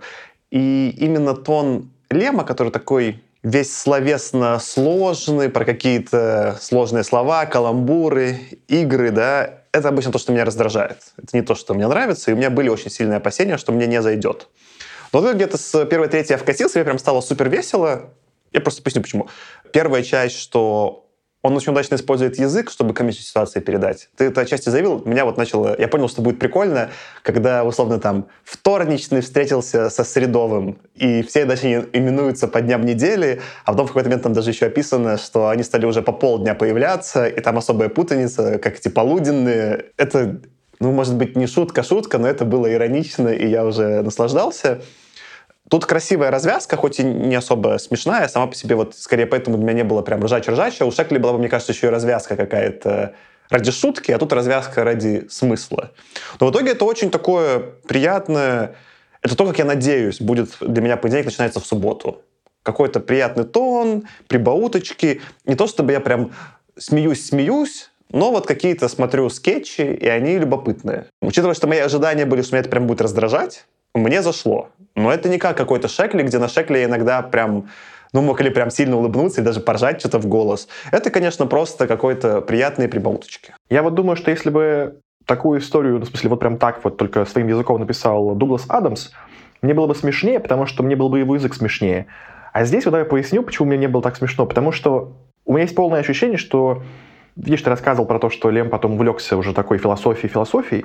И именно тон Лема, который такой весь словесно сложный, про какие-то сложные слова, каламбуры, игры, да, это обычно то, что меня раздражает. Это не то, что мне нравится, и у меня были очень сильные опасения, что мне не зайдет. Но вот где-то с первой трети я вкатился, мне прям стало супер весело. Я просто поясню, почему. Первая часть, что он очень удачно использует язык, чтобы комичные ситуации передать. Ты это отчасти заявил, меня вот начало... Я понял, что будет прикольно, когда, условно, там, вторничный встретился со средовым, и все дальше именуются по дням недели, а потом в какой-то момент там даже еще описано, что они стали уже по полдня появляться, и там особая путаница, как эти полуденные. Это, ну, может быть, не шутка-шутка, но это было иронично, и я уже наслаждался. Тут красивая развязка, хоть и не особо смешная, сама по себе вот скорее поэтому для меня не было прям ржач-ржача. У Шекли была бы, мне кажется, еще и развязка какая-то ради шутки, а тут развязка ради смысла. Но в итоге это очень такое приятное... Это то, как я надеюсь, будет для меня понедельник начинается в субботу. Какой-то приятный тон, прибауточки. Не то, чтобы я прям смеюсь-смеюсь, но вот какие-то смотрю скетчи, и они любопытные. Учитывая, что мои ожидания были, что меня это прям будет раздражать, мне зашло. Но это не как какой-то Шекли, где на Шекле иногда прям, ну, могли прям сильно улыбнуться и даже поржать что-то в голос. Это, конечно, просто какой-то приятные прибауточки. Я вот думаю, что если бы такую историю, ну, в смысле, вот прям так вот, только своим языком написал Дуглас Адамс, мне было бы смешнее, потому что мне был бы его язык смешнее. А здесь вот давай поясню, почему мне не было так смешно. Потому что у меня есть полное ощущение, что... Видишь, ты рассказывал про то, что Лем потом увлекся уже такой философией-философией.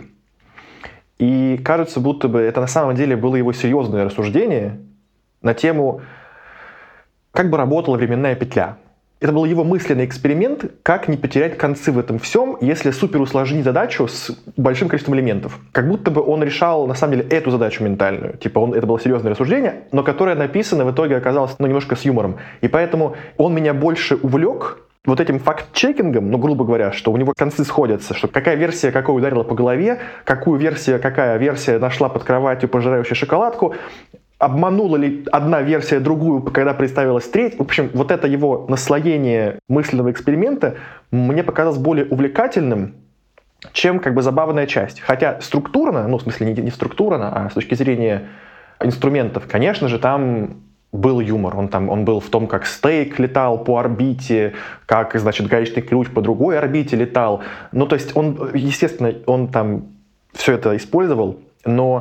И кажется, будто бы это на самом деле было его серьезное рассуждение на тему, как бы работала временная петля. Это был его мысленный эксперимент, как не потерять концы в этом всем, если супер усложнить задачу с большим количеством элементов. Как будто бы он решал, на самом деле, эту задачу ментальную. Типа, он, это было серьезное рассуждение, но которое написано в итоге оказалось, ну, немножко с юмором. И поэтому он меня больше увлек вот этим факт-чекингом, ну, грубо говоря, что у него концы сходятся, что какая версия какой ударила по голове, какую версия, какая версия нашла под кроватью пожирающую шоколадку, обманула ли одна версия другую, когда представилась третья. В общем, вот это его наслоение мысленного эксперимента мне показалось более увлекательным, чем как бы забавная часть. Хотя структурно, ну, в смысле не, не структурно, а с точки зрения инструментов, конечно же, там был юмор. Он, там, он был в том, как стейк летал по орбите, как, значит, гаечный ключ по другой орбите летал. Ну, то есть он, естественно, он там все это использовал, но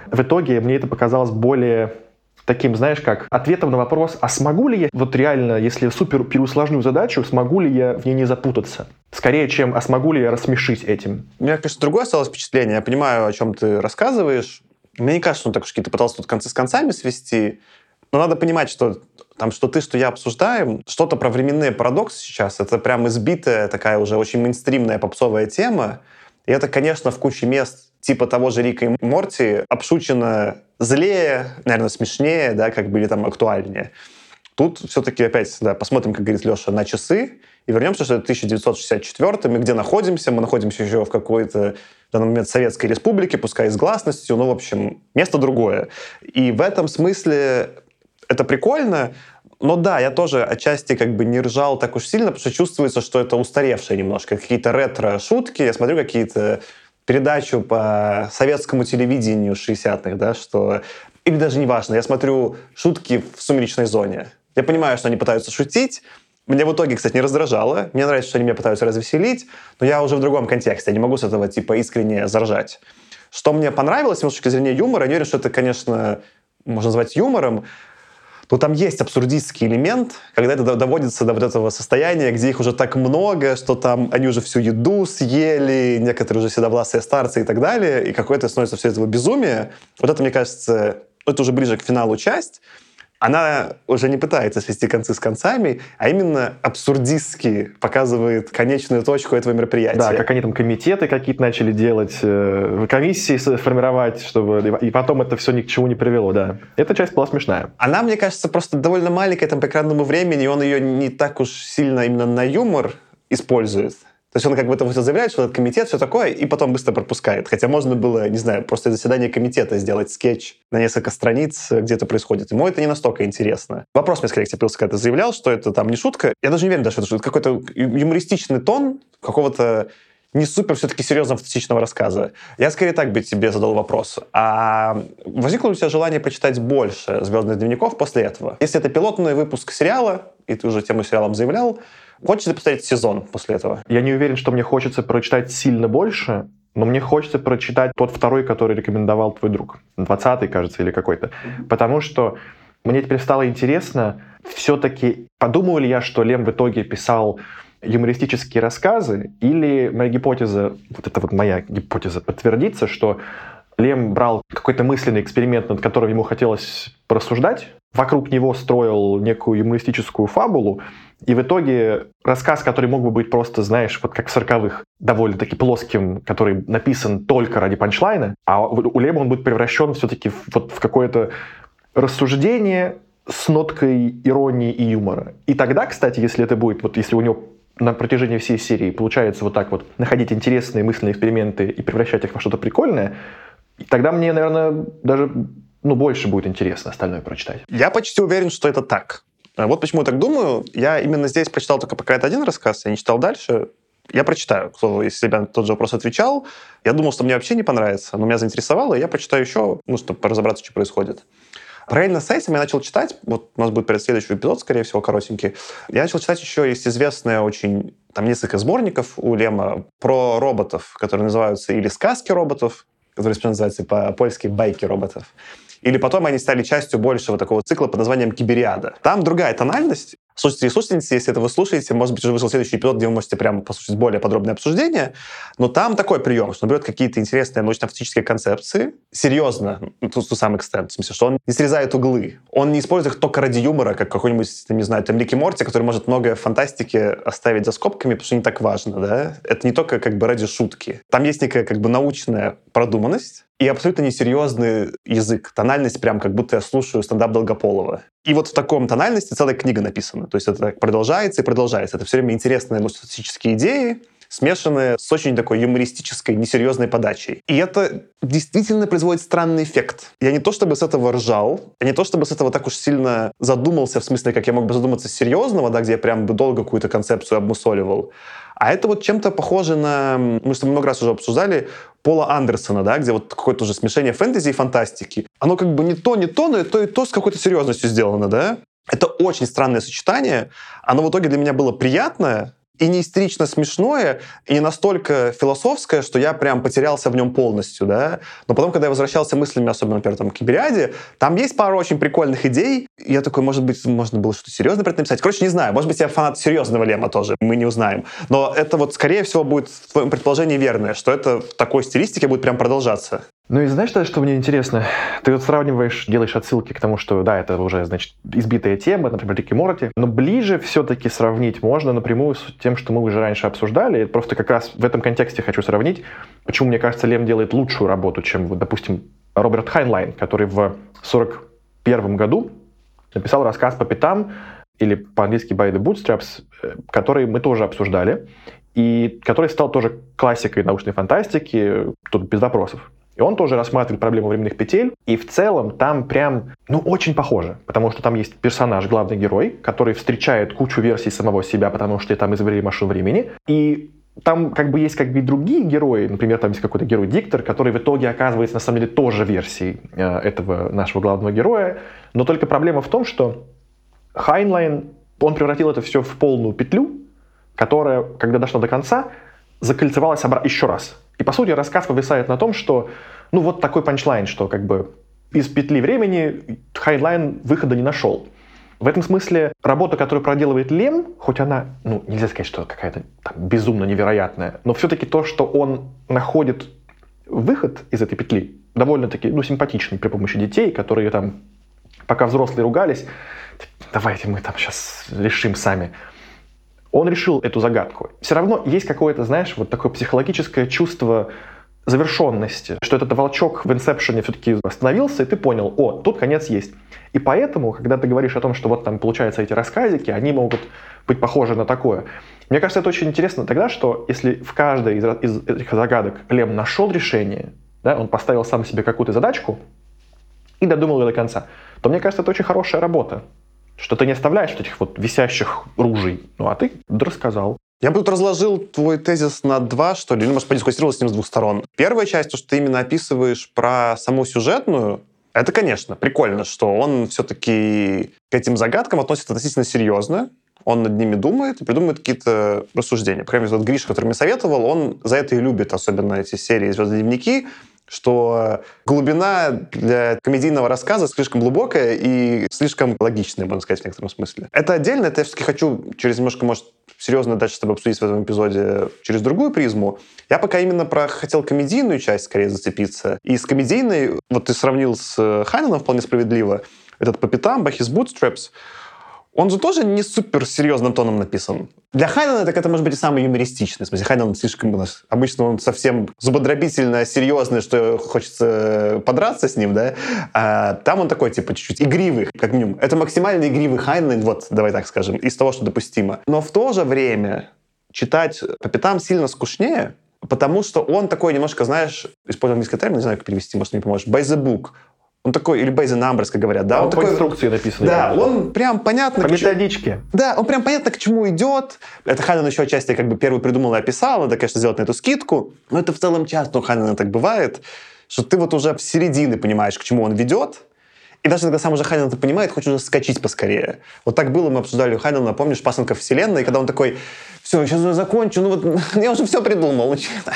в итоге мне это показалось более таким, знаешь, как ответом на вопрос, а смогу ли я, вот реально, если супер переусложню задачу, смогу ли я в ней не запутаться? Скорее, чем, а смогу ли я рассмешить этим? У меня, конечно, другое осталось впечатление. Я понимаю, о чем ты рассказываешь. Мне не кажется, что он так уж какие-то пытался тут концы с концами свести. Но надо понимать, что там, что ты, что я обсуждаем, что-то про временные парадоксы сейчас, это прям избитая такая уже очень мейнстримная попсовая тема. И это, конечно, в куче мест типа того же Рика и Морти обшучено злее, наверное, смешнее, да, как были там актуальнее. Тут все-таки опять, да, посмотрим, как говорит Леша, на часы и вернемся, что это тысяча девятьсот шестьдесят четвёртый, мы где находимся? Мы находимся еще в какой-то, в данный момент, Советской Республике, пускай и с гласностью, ну, в общем, место другое. И в этом смысле это прикольно, но да, я тоже отчасти как бы не ржал так уж сильно, потому что чувствуется, что это устаревшее немножко. Какие-то ретро-шутки, я смотрю какие-то передачу по советскому телевидению шестидесятых, да, что... Или даже не важно, я смотрю шутки в «Сумеречной зоне». Я понимаю, что они пытаются шутить. Меня в итоге, кстати, не раздражало. Мне нравится, что они меня пытаются развеселить, но я уже в другом контексте. Я не могу с этого типа искренне заржать. Что мне понравилось, с точки зрения юмора, я не уверен, что это, конечно, можно назвать юмором, но там есть абсурдистский элемент, когда это доводится до вот этого состояния, где их уже так много, что там они уже всю еду съели, некоторые уже седовласые старцы и так далее, и какое-то становится все этого безумие. Вот это, мне кажется, это уже ближе к финалу часть. Она уже не пытается свести концы с концами, а именно абсурдистски показывает конечную точку этого мероприятия. Да, как они там комитеты какие-то начали делать, комиссии сформировать, чтобы... И потом это все ни к чему не привело, да. Эта часть была смешная. Она, мне кажется, просто довольно маленькая там по экранному времени, и он ее не так уж сильно именно на юмор использует. То есть он как бы это заявляет, что этот комитет, все такое, и потом быстро пропускает. Хотя можно было, не знаю, просто заседание комитета сделать скетч на несколько страниц, где это происходит. Ему это не настолько интересно. Вопрос мне скорее цепился, когда ты заявлял, что это там не шутка. Я даже не уверен, что это шутка. Какой-то юмористичный тон какого-то не супер все-таки серьезного фантастичного рассказа. Я скорее так бы тебе задал вопрос. А возникло ли у тебя желание почитать больше «Звездных дневников» после этого? Если это пилотный выпуск сериала, и ты уже тему сериалом заявлял, хочется посмотреть сезон после этого? Я не уверен, что мне хочется прочитать сильно больше, но мне хочется прочитать тот второй, который рекомендовал твой друг. двадцатый, кажется, или какой-то. Mm-hmm. Потому что мне теперь стало интересно, все-таки подумал ли я, что Лем в итоге писал юмористические рассказы, или моя гипотеза, вот это вот моя гипотеза подтвердится, что Лем брал какой-то мысленный эксперимент, над которым ему хотелось порассуждать, вокруг него строил некую юмористическую фабулу, и в итоге рассказ, который мог бы быть просто, знаешь, вот как в сороковых, довольно-таки плоским, который написан только ради панчлайна, а у Лема он будет превращен все-таки в, вот в какое-то рассуждение с ноткой иронии и юмора. И тогда, кстати, если это будет, вот если у него на протяжении всей серии получается вот так вот находить интересные мысленные эксперименты и превращать их во что-то прикольное, тогда мне, наверное, даже ну, больше будет интересно остальное прочитать. Я почти уверен, что это так. Вот почему я так думаю. Я именно здесь прочитал только пока это один рассказ, я не читал дальше. Я прочитаю. К слову, если я на тот же вопрос отвечал, я думал, что мне вообще не понравится, но меня заинтересовало, и я прочитаю еще, ну, чтобы разобраться, что происходит. Параллельно с этим я начал читать, вот у нас будет следующий эпизод, скорее всего, коротенький. Я начал читать еще, есть известное очень, там несколько сборников у Лема про роботов, которые называются или «Сказки роботов», которые называются по-польски «Байки роботов», или потом они стали частью большего такого цикла под названием «Кибериада». Там другая тональность. Слушайте и слушательницы, если это вы слушаете, может быть, уже вышел следующий эпизод, где вы можете прямо послушать более подробное обсуждение, но там такой прием, что он берет какие-то интересные научно-фантастические концепции, серьезно, to some extent, в смысле, что он не срезает углы, он не использует их только ради юмора, как какой-нибудь, не знаю, там, Рик и Морти, который может многое в фантастике оставить за скобками, потому что не так важно, да? Это не только как бы ради шутки. Там есть некая как бы научная продуманность, и абсолютно несерьезный язык. Тональность прям как будто я слушаю стендап Долгополова. И вот в таком тональности целая книга написана. То есть это так продолжается и продолжается. Это все время интересные фантастические идеи, смешанные с очень такой юмористической, несерьезной подачей. И это действительно производит странный эффект. Я не то чтобы с этого ржал, я не то чтобы с этого так уж сильно задумался, в смысле, как я мог бы задуматься с серьезного, да, где я прям бы долго какую-то концепцию обмусоливал. А это вот чем-то похоже на... Мы что много раз уже обсуждали Пола Андерсона, да, где вот какое-то уже смешение фэнтези и фантастики. Оно как бы не то, не то, но и то, и то с какой-то серьезностью сделано, да. Это очень странное сочетание. Оно в итоге для меня было приятное, и не истерично смешное, и не настолько философское, что я прям потерялся в нем полностью, да. Но потом, когда я возвращался мыслями, особенно, например, там, к Кибериаде, там есть пару очень прикольных идей. И я такой, может быть, можно было что-то серьезное про это написать. Короче, не знаю. Может быть, я фанат серьезного Лема тоже. Мы не узнаем. Но это вот, скорее всего, будет в твоем предположении верное, что это в такой стилистике будет прям продолжаться. Ну и знаешь, что мне интересно? Ты вот сравниваешь, делаешь отсылки к тому, что, да, это уже, значит, избитая тема, например, Рик и Морти, но ближе все-таки сравнить можно напрямую с тем, что мы уже раньше обсуждали. Просто как раз в этом контексте хочу сравнить, почему, мне кажется, Лем делает лучшую работу, чем, вот, допустим, Роберт Хайнлайн, который в сорок первом году написал рассказ «По пятам», или по-английски «By the Bootstraps», который мы тоже обсуждали, и который стал тоже классикой научной фантастики, тут без вопросов. И он тоже рассматривает проблему временных петель, и в целом там прям, ну, очень похоже, потому что там есть персонаж, главный герой, который встречает кучу версий самого себя, потому что там изобрели машину времени, и там как бы есть как бы и другие герои, например, там есть какой-то герой-диктор, который в итоге оказывается на самом деле тоже версией э, этого нашего главного героя, но только проблема в том, что Хайнлайн, он превратил это все в полную петлю, которая, когда дошла до конца, закольцевалась обра- еще раз. И, по сути, рассказ повисает на том, что, ну, вот такой панчлайн, что как бы из петли времени Хайнлайн выхода не нашел. В этом смысле работа, которую проделывает Лем, хоть она, ну, нельзя сказать, что какая-то там безумно невероятная, но все-таки то, что он находит выход из этой петли, довольно-таки, ну, симпатичный при помощи детей, которые там, пока взрослые ругались, давайте мы там сейчас решим сами. Он решил эту загадку. Все равно есть какое-то, знаешь, вот такое психологическое чувство завершенности, что этот волчок в «Инсепшене» все-таки остановился, и ты понял, о, тут конец есть. И поэтому, когда ты говоришь о том, что вот там, получается, эти рассказики, они могут быть похожи на такое. Мне кажется, это очень интересно тогда, что если в каждой из, из этих загадок Лем нашел решение, да, он поставил сам себе какую-то задачку и додумал ее до конца, то, мне кажется, это очень хорошая работа. Что ты не оставляешь вот этих вот висящих ружей, ну а ты рассказал. Я бы тут разложил твой тезис на два, что ли, или, может, подискуссировал с ним с двух сторон. Первая часть, то, что ты именно описываешь про саму сюжетную, это, конечно, прикольно, что он все-таки к этим загадкам относится относительно серьезно, он над ними думает и придумывает какие-то рассуждения. По крайней мере, тот Гриша, который мне советовал, он за это и любит, особенно эти серии «Звездные дневники», что глубина для комедийного рассказа слишком глубокая и слишком логичная, можно сказать, в некотором смысле. Это отдельно, это я все-таки хочу через немножко, может, серьезно дальше с тобой обсудить в этом эпизоде через другую призму. Я пока именно про хотел комедийную часть скорее зацепиться. И с комедийной, вот ты сравнил с Хайнлайном вполне справедливо, этот «По пятам», «By his Bootstraps», он же тоже не супер серьезным тоном написан. Для Хайнлайна так это может быть и самый юмористичный. В смысле, Хайнлайн слишком... Обычно он совсем зубодробительно серьезный, что хочется подраться с ним, да? А там он такой, типа, чуть-чуть игривый, как минимум. Это максимально игривый Хайнлайн, вот, давай так скажем, из того, что допустимо. Но в то же время читать «По пятам» сильно скучнее, потому что он такой немножко, знаешь, используя английский термин, не знаю, как перевести, может, мне поможешь, by the book. Он такой, или by the numbers, как говорят, да? Он, он по такой, инструкции написан. Да, он прям понятно... По методичке. Да, он прям понятно, к чему идет. Это Хайнлайн еще отчасти как бы первый придумал и описал, надо, конечно, сделать на эту скидку. Но это в целом часто у Хайнлайна так бывает, что ты вот уже в середине понимаешь, к чему он ведет. И даже когда сам уже Хайнлайн это понимает, хочешь уже скачить поскорее. Вот так было, мы обсуждали у Хайнлайна, помнишь, «Пасынков вселенной», когда он такой, все, сейчас я закончу, ну вот я уже все придумал.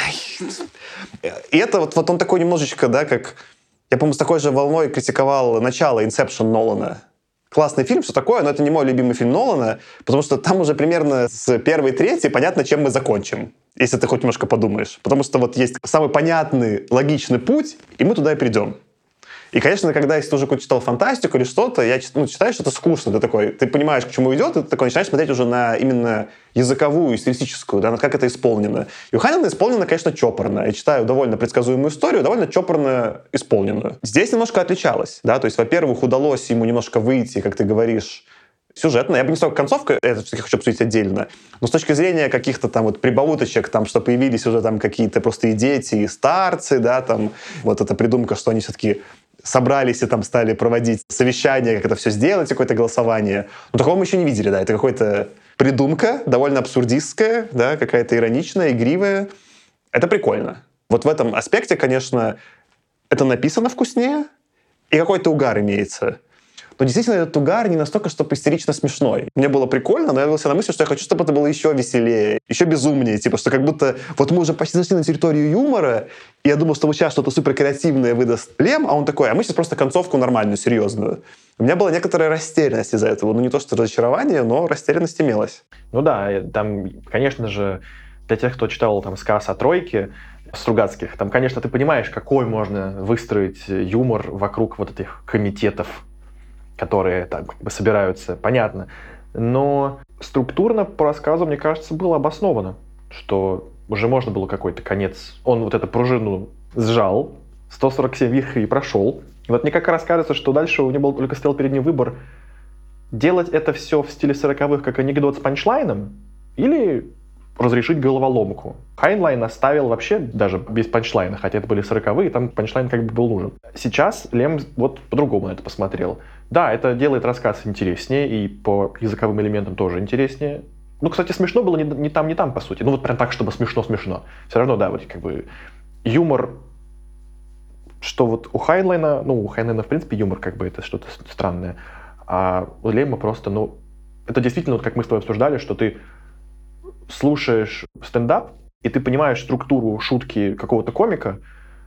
И это вот, вот он такой немножечко, да, как... Я, по-моему, с такой же волной критиковал начало «Инсепшн» Нолана. Классный фильм, все такое, но это не мой любимый фильм Нолана, потому что там уже примерно с первой трети понятно, чем мы закончим, если ты хоть немножко подумаешь. Потому что вот есть самый понятный, логичный путь, и мы туда и придем. И, конечно, когда если ты уже читал фантастику или что-то, я ну, читаешь, что это скучно, ты такой, ты понимаешь, к чему идет, и ты такой начинаешь смотреть уже на именно языковую, стилистическую, да, на как это исполнено. И у Хайнлайна исполнено, конечно, чопорно. Я читаю довольно предсказуемую историю, довольно чопорно исполненную. Здесь немножко отличалось, да, то есть, во-первых, удалось ему немножко выйти, как ты говоришь, сюжетно. Я бы не столько концовка, это все-таки хочу обсудить отдельно, но с точки зрения каких-то там вот прибауточек, там, что появились уже там какие-то просто и дети, и старцы, да, там, вот эта придумка, что они все-таки собрались и там стали проводить совещание, как это все сделать, какое-то голосование. Но такого мы еще не видели, да, это какая-то придумка, довольно абсурдистская, да, какая-то ироничная, игривая. Это прикольно. Вот в этом аспекте, конечно, это написано вкуснее, и какой-то угар имеется. но действительно этот угар не настолько, чтобы истерично смешной. Мне было прикольно, но я ловился на мысли, что я хочу, чтобы это было еще веселее, еще безумнее, типа, что как будто вот мы уже почти зашли на территорию юмора, и я думал, что вот сейчас что-то суперкреативное выдаст Лем, а он такой, а мы сейчас просто концовку нормальную, серьезную. У меня была некоторая растерянность из-за этого. Ну, не то, что разочарование, но растерянность имелась. Ну да, там, конечно же, для тех, кто читал там сказ о тройке Стругацких, там, конечно, ты понимаешь, какой можно выстроить юмор вокруг вот этих комитетов, которые там как бы собираются, понятно. Но структурно по рассказу, мне кажется, было обосновано, что уже можно было какой-то конец. Он вот эту пружину сжал, сто сорок семь вихрей прошел. И вот мне как раз кажется, что дальше у него только стоял перед ним выбор делать это все в стиле сороковых, как анекдот с панчлайном, или разрешить головоломку. Хайнлайн оставил вообще даже без панчлайна, хотя это были сороковые, там панчлайн как бы был нужен. Сейчас Лем вот по-другому на это посмотрел. Да, это делает рассказ интереснее, и по языковым элементам тоже интереснее. Ну, кстати, смешно было не, не там, не там, по сути. Ну, вот прям так, чтобы смешно-смешно. Все равно, да, вот как бы юмор, что вот у Хайнлайна, ну, у Хайнлайна, в принципе, юмор как бы это что-то странное, а у Лема просто, ну, это действительно, вот как мы с тобой обсуждали, что ты слушаешь стендап, и ты понимаешь структуру шутки какого-то комика,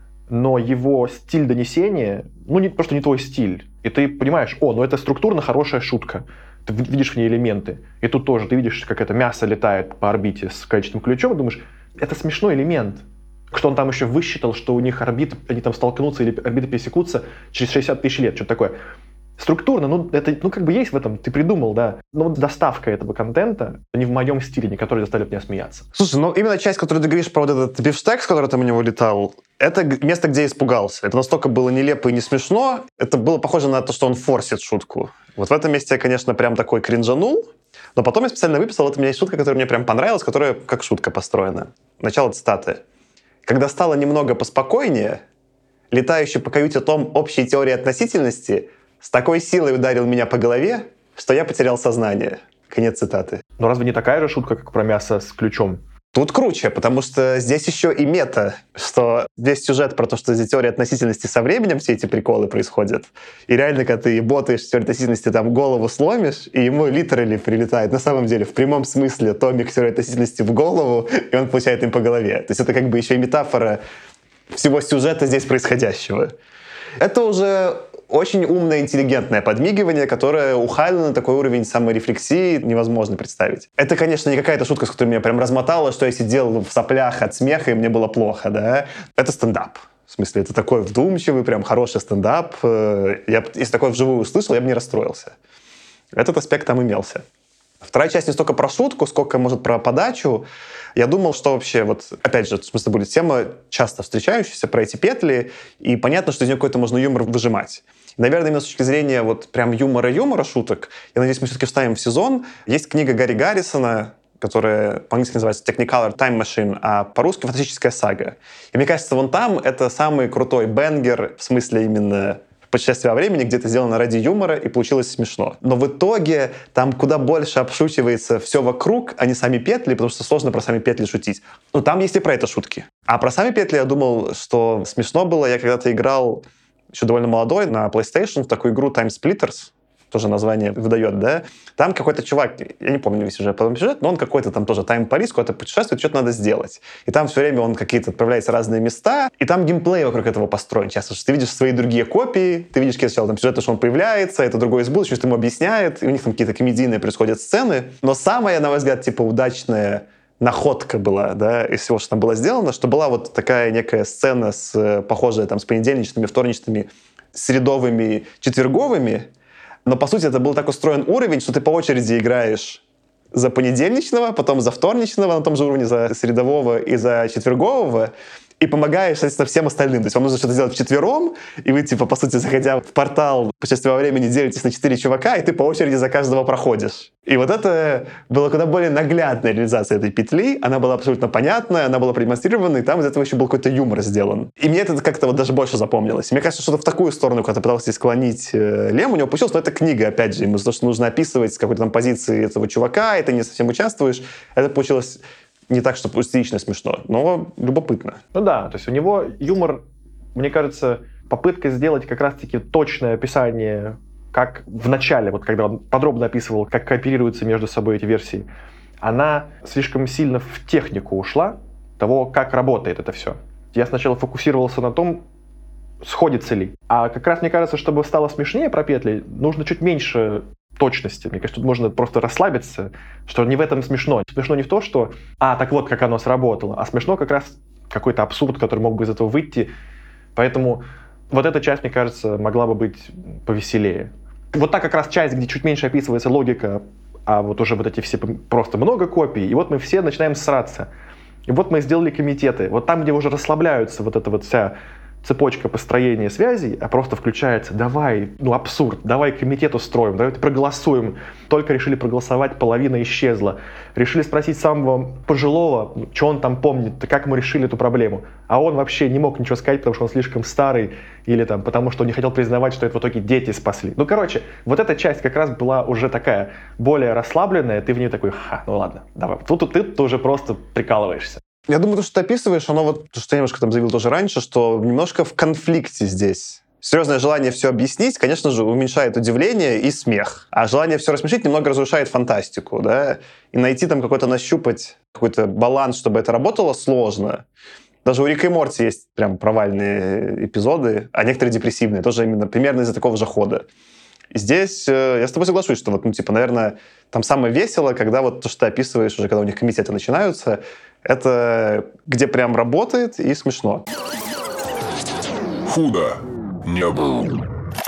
но его стиль донесения, ну, не, просто не твой стиль. И ты понимаешь, о, ну это структурно хорошая шутка. Ты видишь в ней элементы. И тут тоже ты видишь, как это мясо летает по орбите с гаечным ключом, и думаешь, это смешной элемент. Что он там еще высчитал, что у них орбиты, они там столкнутся или орбиты пересекутся через шестьдесят тысяч лет, что-то такое. Структурно, ну, это, ну, как бы есть в этом, ты придумал, да. Но вот доставка этого контента не в моем стиле, не который заставили меня смеяться. Слушай, ну, именно часть, которую ты говоришь про вот этот бифштекс, который там у него летал, это место, где я испугался. Это настолько было нелепо и не смешно, это было похоже на то, что он форсит шутку. Вот в этом месте я, конечно, прям такой кринжанул, но потом я специально выписал, вот у меня есть шутка, которая мне прям понравилась, которая как шутка построена. Начало цитаты. «Когда стало немного поспокойнее, летающий по каюте том общей теории относительности с такой силой ударил меня по голове, что я потерял сознание». Конец цитаты. Но разве не такая же шутка, как про мясо с ключом? Тут круче, потому что здесь еще и мета, что весь сюжет про то, что здесь теория относительности со временем все эти приколы происходят. И реально, когда ты ботаешь в теории относительности, там голову сломишь, и ему литерали прилетает, на самом деле, в прямом смысле, томик теории относительности в голову, и он получает им по голове. То есть это как бы еще и метафора всего сюжета здесь происходящего. Это уже очень умное, интеллигентное подмигивание, которое у Хайнлайна такой уровень саморефлексии невозможно представить. Это, конечно, не какая-то шутка, с которой меня прям размотало, что я сидел в соплях от смеха, и мне было плохо, да. Это стендап. В смысле, это такой вдумчивый, прям хороший стендап. Я, если такое вживую услышал, я бы не расстроился. Этот аспект там имелся. Вторая часть не столько про шутку, сколько, может, про подачу. Я думал, что вообще, вот, опять же, в смысле, будет тема часто встречающаяся про эти петли, и понятно, что из нее какой-то можно юмор выжимать. Наверное, именно с точки зрения вот прям юмора-юмора шуток, я надеюсь, мы все-таки вставим в сезон. Есть книга Гарри Гаррисона, которая по-английски называется Technicolor Time Machine, а по-русски «Фантастическая сага». И мне кажется, вон там это самый крутой бенгер, в смысле именно «Путешествие во времени», где это сделано ради юмора, и получилось смешно. Но в итоге там куда больше обшучивается все вокруг, а не сами петли, потому что сложно про сами петли шутить. Но там есть и про это шутки. А про сами петли я думал, что смешно было. Я когда-то играл, еще довольно молодой, на PlayStation, в такую игру Time Splitters, тоже название выдает, да? Там какой-то чувак, я не помню весь сюжет, потом сюжет, но он какой-то там тоже тайм-полис, куда-то путешествует, что-то надо сделать. И там все время он какие-то отправляется в разные места, и там геймплей вокруг этого построен часто, что ты видишь свои другие копии, ты видишь какие-то сначала там сюжеты, что он появляется, это другой из будущего, что ему объясняет, и у них там какие-то комедийные происходят сцены. Но самая, на мой взгляд, типа удачная находка была, да, из всего, что там было сделано, что была вот такая некая сцена, с, похожая там с понедельничными, вторничными, средовыми, четверговыми. Но, по сути, это был так устроен уровень, что ты по очереди играешь за понедельничного, потом за вторничного, на том же уровне за средового и за четвергового, и помогаешь, соответственно, всем остальным. То есть вам нужно что-то сделать вчетвером, и вы, типа, по сути, заходя в портал «Путешествие во времени», делитесь на четыре чувака, и ты по очереди за каждого проходишь. И вот это была куда более наглядная реализация этой петли. Она была абсолютно понятная, она была продемонстрирована, и там из этого еще был какой-то юмор сделан. И мне это как-то вот даже больше запомнилось. Мне кажется, что-то в такую сторону, когда пытался склонить э, Лем, у него получилось, но это книга, опять же, ему за то, что нужно описывать с какой-то там позиции этого чувака, и ты не совсем участвуешь. Это получилось не так, что эстетично смешно, но любопытно. Ну да, то есть у него юмор, мне кажется, попытка сделать как раз-таки точное описание как в начале, вот когда он подробно описывал, как кооперируются между собой эти версии, она слишком сильно в технику ушла того, как работает это все. Я сначала фокусировался на том, сходится ли. А как раз мне кажется, чтобы стало смешнее про петли, нужно чуть меньше точности. Мне кажется, тут можно просто расслабиться, что не в этом смешно. Смешно не в том, что «а, так вот, как оно сработало», а смешно как раз какой-то абсурд, который мог бы из этого выйти. Поэтому вот эта часть, мне кажется, могла бы быть повеселее. Вот та как раз часть, где чуть меньше описывается логика, а вот уже вот эти все просто много копий, и вот мы все начинаем ссраться. И вот мы сделали комитеты. Вот там, где уже расслабляются вот эта вот вся цепочка построения связей, а просто включается «давай, ну абсурд, давай комитет устроим, давайте проголосуем». Только решили проголосовать, половина исчезла. Решили спросить самого пожилого, что он там помнит, как мы решили эту проблему. А он вообще не мог ничего сказать, потому что он слишком старый, или там потому что он не хотел признавать, что это в итоге дети спасли. Ну, короче, вот эта часть как раз была уже такая более расслабленная, ты в ней такой «ха, ну ладно, давай». Тут ты, ты уже просто прикалываешься. Я думаю, то, что ты описываешь, оно вот, то, что я немножко там заявил тоже раньше, что немножко в конфликте здесь. Серьезное желание все объяснить, конечно же, уменьшает удивление и смех. А желание все рассмешить немного разрушает фантастику, да? И найти там какой-то, нащупать какой-то баланс, чтобы это работало, сложно. Даже у Рика и Морти есть прям провальные эпизоды, а некоторые депрессивные, тоже именно примерно из-за такого же хода. И здесь э, я с тобой соглашусь, что вот, ну, типа, наверное, там самое весело, когда вот то, что ты описываешь, уже когда у них комитеты начинаются, это где прям работает и смешно. Худо не было.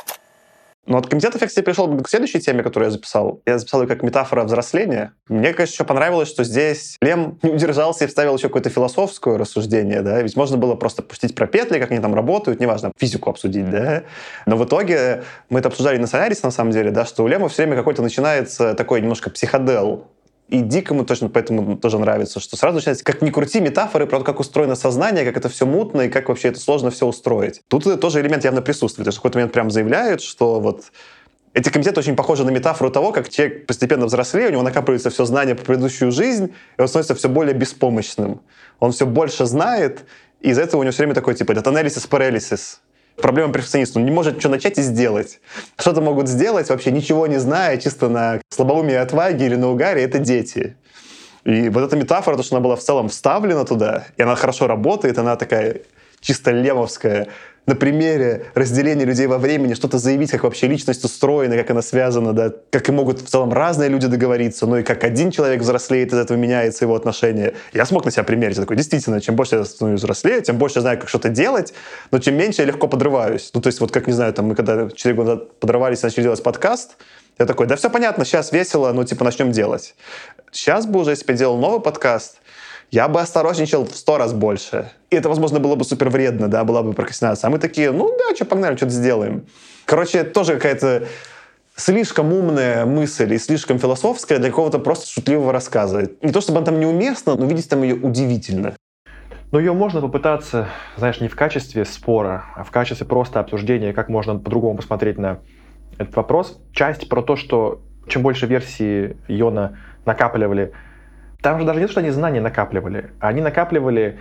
Но от комитетов я, кстати, пришел к следующей теме, которую я записал. Я записал ее как метафора взросления. Мне, конечно, еще понравилось, что здесь Лем не удержался и вставил еще какое-то философское рассуждение, да, ведь можно было просто пустить про петли, как они там работают, неважно, физику обсудить, да. Но в итоге мы это обсуждали на Солярисе, на самом деле, да, что у Лема все время какой-то начинается такой немножко психодел. И Дикому точно поэтому тоже нравится, что сразу начинается, как ни крути, метафоры про то, как устроено сознание, как это все мутно и как вообще это сложно все устроить. Тут тоже элемент явно присутствует. То есть в какой-то момент прям заявляют, что вот эти комитеты очень похожи на метафору того, как человек постепенно взрослеет, у него накапливается все знание по предыдущую жизнь, и он становится все более беспомощным. Он все больше знает, и из-за этого у него все время такой, типа, это анализис парализис. Проблема перфекциониста. Он не может ничего начать и сделать. Что-то могут сделать, вообще ничего не зная, чисто на слабоумие и отваге или на угаре, это дети. И вот эта метафора, то, что она была в целом вставлена туда, и она хорошо работает, она такая чисто лемовская, на примере разделения людей во времени, что-то заявить, как вообще личность устроена, как она связана, да, как и могут в целом разные люди договориться, ну и как один человек взрослеет, из этого меняется его отношение. Я смог на себя примерить. Я такой, действительно, чем больше я становлюсь взрослее, тем больше я знаю, как что-то делать, но чем меньше я легко подрываюсь. Ну, то есть, вот как, не знаю, там мы когда четыре года назад подрывались и начали делать подкаст, я такой, да все понятно, сейчас весело, ну, типа, начнем делать. Сейчас бы уже, если бы я делал новый подкаст, я бы осторожничал в сто раз больше. И это, возможно, было бы супер вредно, да, была бы прокрастинация. А мы такие, ну да, что, погнали, что-то сделаем. Короче, это тоже какая-то слишком умная мысль и слишком философская для какого-то просто шутливого рассказа. Не то, чтобы она там неуместна, но видеть там ее удивительно. Но ее можно попытаться, знаешь, не в качестве спора, а в качестве просто обсуждения, как можно по-другому посмотреть на этот вопрос. Часть про то, что чем больше версий Йона накапливали, там же даже не то, что они знания накапливали, они накапливали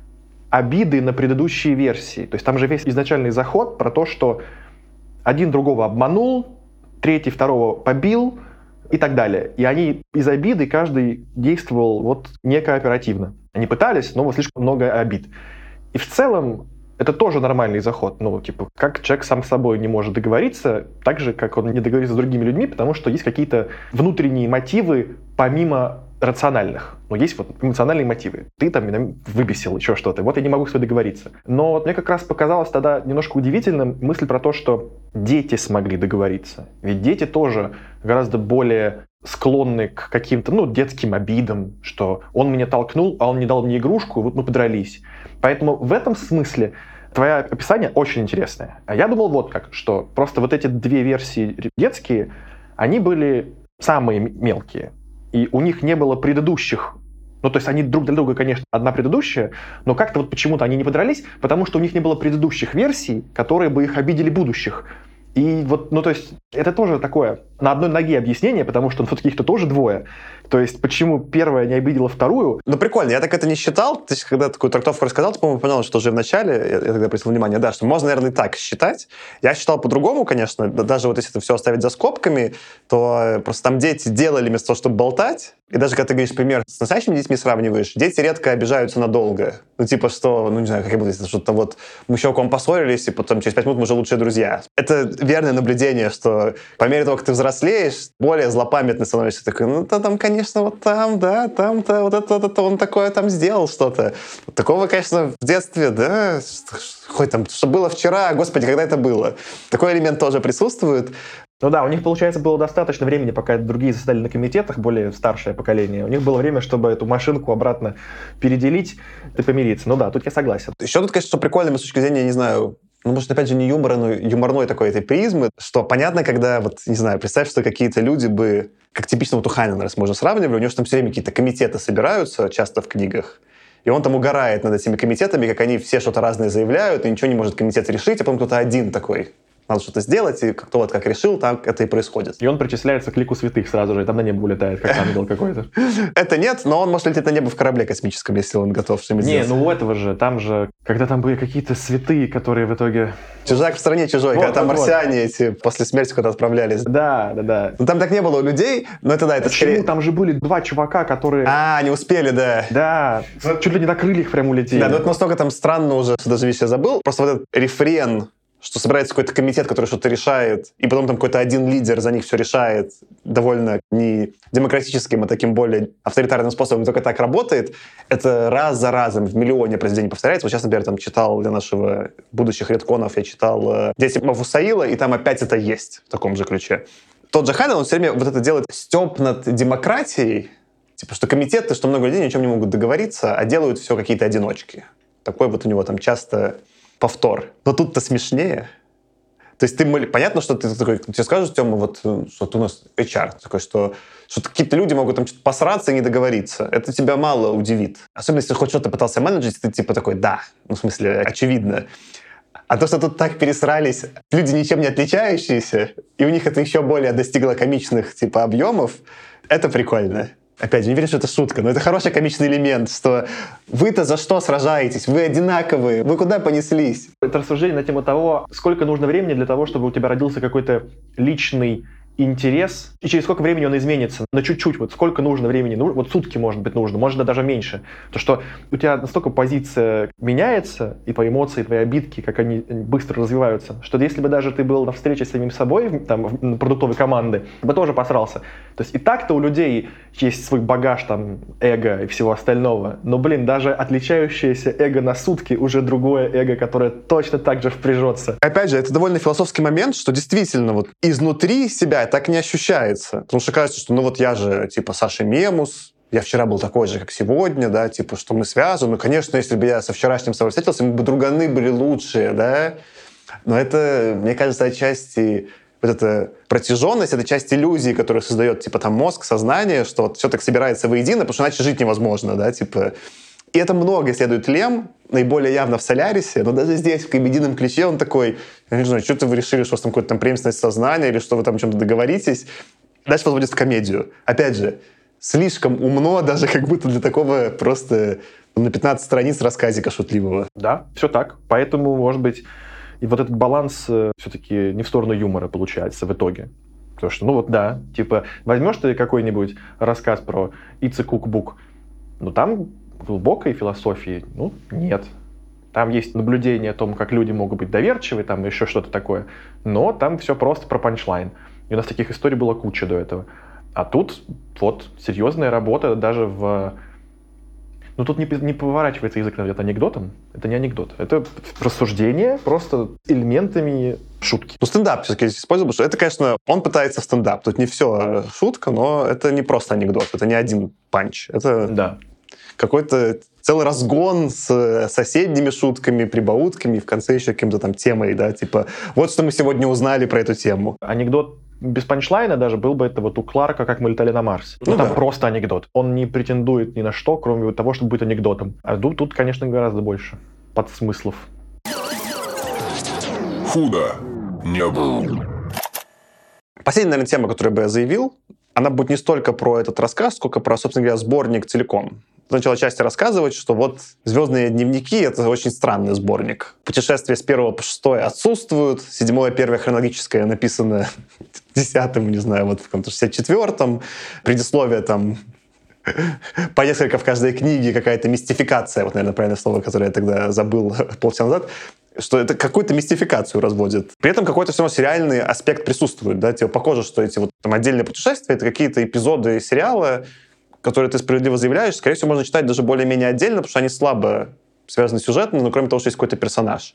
обиды на предыдущие версии. То есть там же весь изначальный заход про то, что один другого обманул, третий второго побил и так далее. И они из обиды каждый действовал вот не кооперативно. Они пытались, но вот слишком много обид. И в целом это тоже нормальный заход. Ну, типа, как человек сам с собой не может договориться, так же, как он не договорится с другими людьми, потому что есть какие-то внутренние мотивы помимо рациональных. Но есть вот эмоциональные мотивы. Ты там меня выбесил, еще что-то. Вот я не могу с тобой договориться. Но вот мне как раз показалось тогда немножко удивительным мысль про то, что дети смогли договориться. Ведь дети тоже гораздо более склонны к каким-то, ну, детским обидам, что он меня толкнул, а он не дал мне игрушку, вот мы подрались. Поэтому в этом смысле твое описание очень интересное. А я думал вот как, что просто вот эти две версии детские, они были самые мелкие. И у них не было предыдущих, ну, то есть они друг для друга, конечно, одна предыдущая, но как-то вот почему-то они не подрались, потому что у них не было предыдущих версий, которые бы их обидели будущих. И вот, ну, то есть это тоже такое на одной ноге объяснение, потому что ну, таких-то тоже двое. То есть, почему первая не обидела вторую? Ну, прикольно, я так это не считал. То есть, когда такую трактовку рассказал, ты, по-моему, понял, что уже в начале, я, я тогда обратил внимание, да, что можно, наверное, и так считать. Я считал по-другому, конечно, даже вот если это все оставить за скобками, то просто там дети делали вместо того, чтобы болтать. И даже когда ты говоришь пример с настоящими детьми сравниваешь, дети редко обижаются надолго. Ну, типа, что, ну, не знаю, как я буду, что-то вот мы еще у кого поссорились, и потом через пять минут мы уже лучшие друзья. Это верное наблюдение, что по мере того, как ты взрослеешь, более злопамятный становишься. Такой, ну, то там, конечно, вот там, да, там-то, вот это, вот это, он такое там сделал что-то. Такого, конечно, в детстве, да, хоть там, что было вчера, господи, когда это было. Такой элемент тоже присутствует. Ну да, у них, получается, было достаточно времени, пока другие заседали на комитетах, более старшее поколение. У них было время, чтобы эту машинку обратно переделить и помириться. Ну да, тут я согласен. Еще тут, конечно, что прикольно с точки зрения, не знаю, ну, может, опять же, не юмора, но юморной такой этой призмы, что понятно, когда, вот, не знаю, представь, что какие-то люди бы, как типично вот у Хайнена, раз можно сравнивать, у него же там все время какие-то комитеты собираются, часто в книгах, и он там угорает над этими комитетами, как они все что-то разное заявляют, и ничего не может комитет решить, а потом кто-то один такой... Надо что-то сделать, и кто вот как решил, так это и происходит. И он причисляется к лику святых сразу же, и там на небо улетает, как ангел какой-то. Это нет, но он может лететь на небо в корабле космическом, если он готов что-нибудь сделать. Не, ну у этого же, там же, когда там были какие-то святые, которые в итоге... Чужак в стране чужой, вот, когда там вот, марсиане эти после смерти куда-то отправлялись. Да, да, да. Ну там так не было у людей, но это да, это Почему? скорее... Там же были два чувака, которые... А, не успели, да. Да, чуть ли не на крыльях прям улетели. Да, но это настолько там странно уже, что даже вещь я забыл. Просто вот этот рефрен, что собирается какой-то комитет, который что-то решает, и потом там какой-то один лидер за них все решает, довольно не демократическим, а таким более авторитарным способом, только так работает, это раз за разом в миллионе произведений повторяется. Вот сейчас, например, там читал для нашего будущих редконов, я читал «Дети Мафусаила», и там опять это есть в таком же ключе. Тот же Хайнен, он все время вот это делает стёб над демократией, типа, что комитеты, что много людей ни о чем не могут договориться, а делают все какие-то одиночки. Такой вот у него там часто... повтор. Но тут-то смешнее. То есть ты, понятно, что ты такой, тебе скажут, Тёма, вот, что у нас эйч ар, такой, что, что какие-то люди могут там что-то посраться и не договориться. Это тебя мало удивит. Особенно, если хоть что-то пытался менеджить, ты типа такой, да, ну, в смысле, очевидно. А то, что тут так пересрались люди, ничем не отличающиеся, и у них это еще более достигло комичных, типа, объемов, это прикольно. Опять же, не верю, что это шутка, но это хороший комичный элемент, что вы-то за что сражаетесь? Вы одинаковые, вы куда понеслись? Это рассуждение на тему того, сколько нужно времени для того, чтобы у тебя родился какой-то личный интерес, и через сколько времени он изменится. На чуть-чуть, вот сколько нужно времени, ну, вот сутки, может быть, нужно, может, даже меньше. То, что у тебя настолько позиция меняется, и твои эмоции, твои обидки, как они быстро развиваются, что если бы даже ты был на встрече с самим собой, там, в продуктовой команды, ты бы тоже посрался. То есть и так-то у людей есть свой багаж, там, эго и всего остального, но, блин, даже отличающееся эго на сутки уже другое эго, которое точно так же впряжется. Опять же, это довольно философский момент, что действительно вот изнутри себя так не ощущается. Потому что кажется, что ну вот я же типа Саша Мемус, я вчера был такой же, как сегодня, да, типа, что мы связаны. Ну, конечно, если бы я со вчерашним собой встретился, мы бы друганы были лучшие, да. Но это, мне кажется, отчасти вот эта протяженность, это часть иллюзии, которую создает, типа, там, мозг, сознание, что вот все так собирается воедино, потому что иначе жить невозможно, да, типа. И это много исследует Лем, наиболее явно в «Солярисе», но даже здесь, в комедийном ключе, он такой, я не знаю, что-то вы решили, что у вас там какая-то там преемственность сознания, или что вы там о чем-то договоритесь. Дальше возводит в комедию. Опять же, слишком умно даже как будто для такого просто на пятнадцать страниц рассказика шутливого. Да, все так. Поэтому, может быть, и вот этот баланс все-таки не в сторону юмора получается в итоге. Потому что, ну вот да, типа, возьмешь ты какой-нибудь рассказ про It's a Cookbook, ну там глубокой философии, ну, нет. Там есть наблюдение о том, как люди могут быть доверчивы, там еще что-то такое, но там все просто про панчлайн. И у нас таких историй было куча до этого. А тут вот серьезная работа даже в... Ну, тут не, не поворачивается язык над анекдотом. Это не анекдот. Это рассуждение просто элементами шутки. Ну, стендап все-таки использовал, потому что это, конечно, он пытается в стендап. Тут не все шутка, но это не просто анекдот. Это не один панч. Это да. какой-то целый разгон с соседними шутками, прибаутками, и в конце еще каким-то там темой, да, типа, вот что мы сегодня узнали про эту тему. Анекдот без панчлайна даже был бы это вот у Кларка, как мы летали на Марс. Ну, ну там да. Просто анекдот. Он не претендует ни на что, кроме того, чтобы быть анекдотом. А тут, тут конечно, гораздо больше подсмыслов. Худо не было. Последняя, наверное, тема, которую бы я заявил, она будет не столько про этот рассказ, сколько про, собственно говоря, сборник целиком. В начале части рассказывать, что вот «Звездные дневники» — это очень странный сборник. Путешествия с первого по шестое отсутствуют, седьмое, первое хронологическое написано десятым, не знаю, вот в каком-то шестьдесят четвёртом, предисловие там по несколько в каждой книге, какая-то мистификация, вот, наверное, правильное слово, которое я тогда забыл полчаса назад, что это какую-то мистификацию разводит. При этом какой-то все равно сериальный аспект присутствует, да, тебе похоже, что эти вот там отдельные путешествия — это какие-то эпизоды сериала, которые ты справедливо заявляешь, скорее всего, можно читать даже более-менее отдельно, потому что они слабо связаны сюжетно, но кроме того, что есть какой-то персонаж.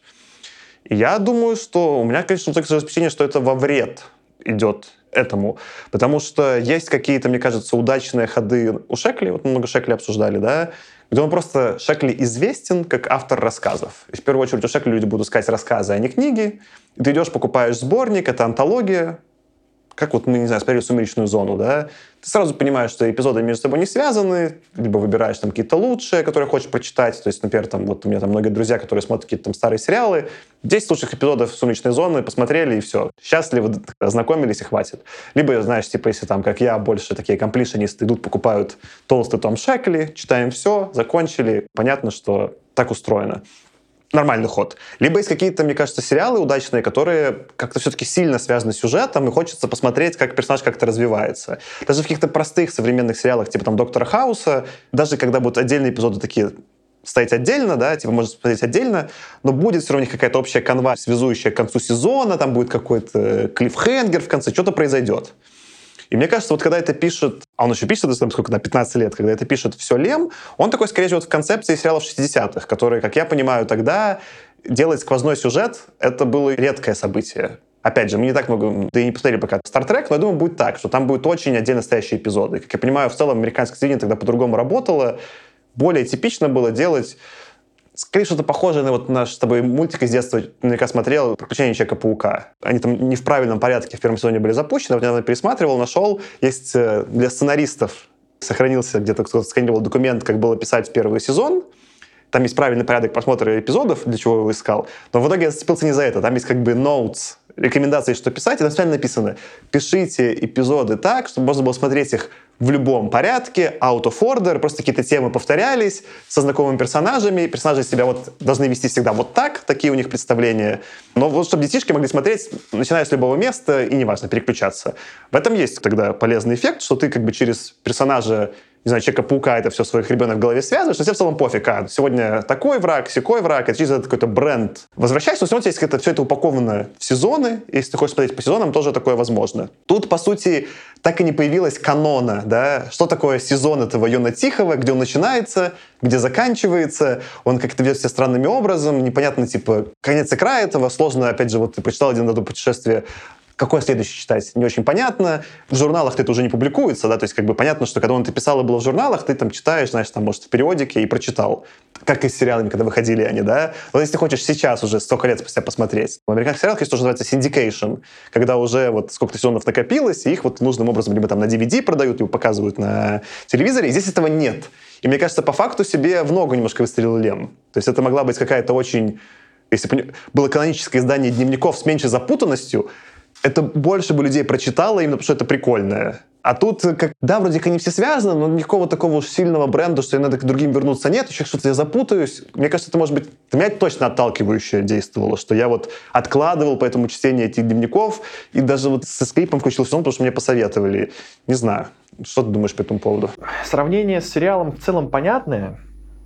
И я думаю, что у меня, конечно, такое впечатление, что это во вред идет этому, потому что есть какие-то, мне кажется, удачные ходы у Шекли, вот мы много Шекли обсуждали, да, где он просто, Шекли известен как автор рассказов. И в первую очередь у Шекли люди будут искать рассказы, а не книги. И ты идешь, покупаешь сборник, это антология, как вот мы, не знаю, смотрели «Сумеречную зону», да, ты сразу понимаешь, что эпизоды между собой не связаны, либо выбираешь там какие-то лучшие, которые хочешь прочитать. То есть, например, там, вот у меня там многие друзья, которые смотрят какие-то там старые сериалы, десять лучших эпизодов «Сумеречной зоны» посмотрели, и все. Счастливы, ознакомились, и хватит. Либо, знаешь, типа, если там, как я, больше такие комплишенисты идут, покупают толстый том Шекли, читаем все, закончили. Понятно, что так устроено. Нормальный ход. Либо есть какие-то, мне кажется, сериалы удачные, которые как-то все-таки сильно связаны с сюжетом, и хочется посмотреть, как персонаж как-то развивается. Даже в каких-то простых современных сериалах, типа там «Доктора Хауса», даже когда будут отдельные эпизоды такие стоять отдельно, да, типа можно смотреть отдельно, но будет все равно у них какая-то общая канва, связующая к концу сезона, там будет какой-то клиффхенгер в конце, что-то произойдет. И мне кажется, вот когда это пишет, а он еще пишет, это там сколько, на пятнадцать лет, когда это пишет все Лем, он такой, скорее всего, вот в концепции сериалов шестидесятых, которые, как я понимаю, тогда делать сквозной сюжет — это было редкое событие. Опять же, мы не так много, да и не посмотрели пока Star Trek, но я думаю, будет так, что там будут очень отдельно стоящие эпизоды. Как я понимаю, в целом американское телевидение тогда по-другому работало. Более типично было делать скорее что-то похожее на вот наш с тобой мультик из детства, наверняка смотрел, «Приключения Человека-паука». Они там не в правильном порядке в первом сезоне были запущены, вот я пересматривал, нашел, есть для сценаристов, сохранился где-то, кто-то сканировал документ, как было писать первый сезон, там есть правильный порядок просмотра эпизодов, для чего его искал, но в итоге я зацепился не за это, там есть как бы notes, рекомендации, что писать, и там специально написано: пишите эпизоды так, чтобы можно было смотреть их в любом порядке, out of order, просто какие-то темы повторялись со знакомыми персонажами, персонажи себя вот должны вести всегда вот так, такие у них представления, но вот чтобы детишки могли смотреть, начиная с любого места, и неважно, переключаться. В этом есть тогда полезный эффект, что ты как бы через персонажа, не знаю, Человека-паука, это все своих ребенок в голове связываешь, но тебе в целом пофиг, а сегодня такой враг, сякой враг, это через этот какой-то бренд возвращайся, но все равно у тебя есть это, все это упаковано в сезоны, если ты хочешь смотреть по сезонам, тоже такое возможно. Тут, по сути, так и не появилось канона, да, что такое сезон этого Йона Тихого, где он начинается, где заканчивается, он как-то ведет себя странными образом, непонятно, типа, конец и край этого, сложно, опять же, вот ты прочитал «Один году путешествие», какое следующее читать, не очень понятно. В журналах это уже не публикуется, да, то есть как бы понятно, что когда он это писал и было в журналах, ты там читаешь, знаешь, там, может, в периодике и прочитал. Как и с сериалами, когда выходили они, да. Но если ты хочешь сейчас уже столько лет спустя посмотреть, в американских сериалах есть тоже называется syndication, когда уже вот сколько-то сезонов накопилось, и их вот нужным образом либо там на ди ви ди продают, либо показывают на телевизоре, и здесь этого нет. И мне кажется, по факту себе в ногу немножко выстрелил Лем. То есть это могла быть какая-то очень... Если бы было каноническое издание дневников с меньшей запутанностью, это больше бы людей прочитало, именно потому что это прикольное. А тут, как, да, вроде как они все связаны, но никакого такого уж сильного бренда, что надо к другим вернуться, нет. Еще что-то я запутаюсь. Мне кажется, это, может быть, для меня это точно отталкивающе действовало, что я вот откладывал поэтому чтение этих дневников, и даже вот со скрипом включил сезон, потому что мне посоветовали. Не знаю. Что ты думаешь по этому поводу? Сравнение с сериалом в целом понятное,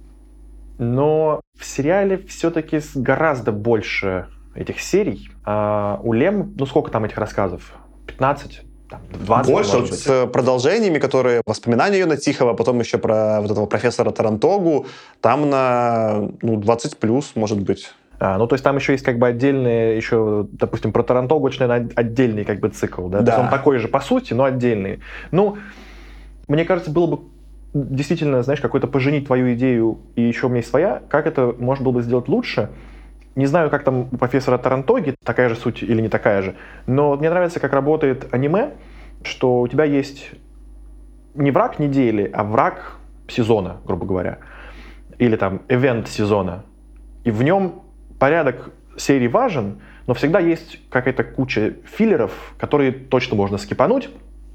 но в сериале все-таки гораздо больше этих серий. А у Лем, ну сколько там этих рассказов? пятнадцать? Там, двадцать? Больше, вот с продолжениями, которые воспоминания Йона Тихого, потом еще про вот этого профессора Тарантогу, там на ну, двадцать плюс, может быть. А, ну, то есть там еще есть как бы отдельные, еще, допустим, про Тарантогу очень, наверное, отдельный как бы цикл, да? Да. То есть он такой же по сути, но отдельный. Ну, мне кажется, было бы действительно, знаешь, какой-то поженить твою идею, и еще у меня есть своя, как это можно было бы сделать лучше. Не знаю, как там у профессора Тарантоги, такая же суть или не такая же, но мне нравится, как работает аниме, что у тебя есть не враг недели, а враг сезона, грубо говоря, или там эвент сезона, и в нем порядок серий важен, но всегда есть какая-то куча филлеров, которые точно можно скипануть.